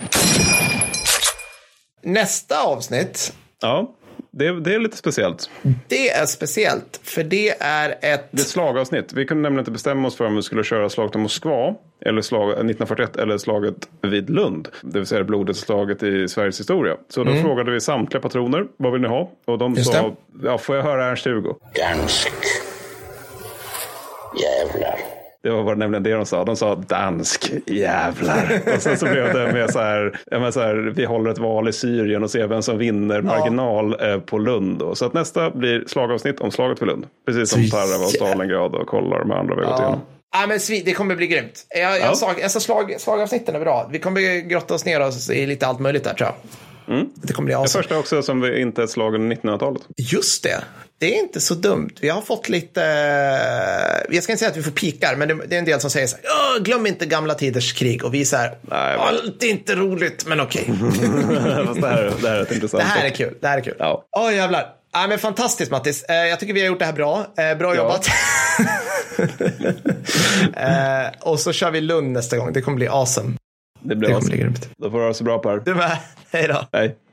Nästa avsnitt. Ja. Det, det är lite speciellt. Det är speciellt, för det är ett... Det är ett slagavsnitt. Vi kunde nämligen inte bestämma oss för om vi skulle köra slaget om Moskva eller slag, nittonhundrafyrtioett eller slaget vid Lund. Det vill säga blodet slaget i Sveriges historia. Så då mm. frågade vi samtliga patroner, vad vill ni ha? Och de Just sa, det. ja, får jag höra Ernst-Hugo? Dansk. Jävlar. Det var nämligen det de sa. De sa dansk, jävlar. Och sen så blev det med så här, med så här, vi håller ett val i Syrien och ser vem som vinner marginal ja. på Lund. Då. Så att nästa blir slagavsnitt om slaget för Lund. Precis som Tarawa och Stalingrad och kollar de andra vi har gått igenom. Ja, men det kommer bli grymt. Jag, jag ja. sa, alltså slag, slagavsnitten är bra. Vi kommer grotta oss ner oss i lite allt möjligt där, tror jag. Mm. Det kommer bli awesome. Det första också som vi inte är ett slag under nittonhundratalet. Just det. Det är inte så dumt. Vi har fått lite... Jag ska inte säga att vi får pikar, men det är en del som säger så här, glöm inte gamla tiders krig. Och vi så här, Nej, men... det är inte roligt, men okej. Okay. Fast det här, det här är intressant. Det här är kul. Det här är kul. Ja. Åh, jävlar. Ja, men fantastiskt, Mattis. Jag tycker vi har gjort det här bra. Bra ja. jobbat. Och så kör vi Lund nästa gång. Det kommer bli awesome. Det blir det awesome. Bli grymt. Då får du ha så bra, Per. Du med. Hej då. Hej.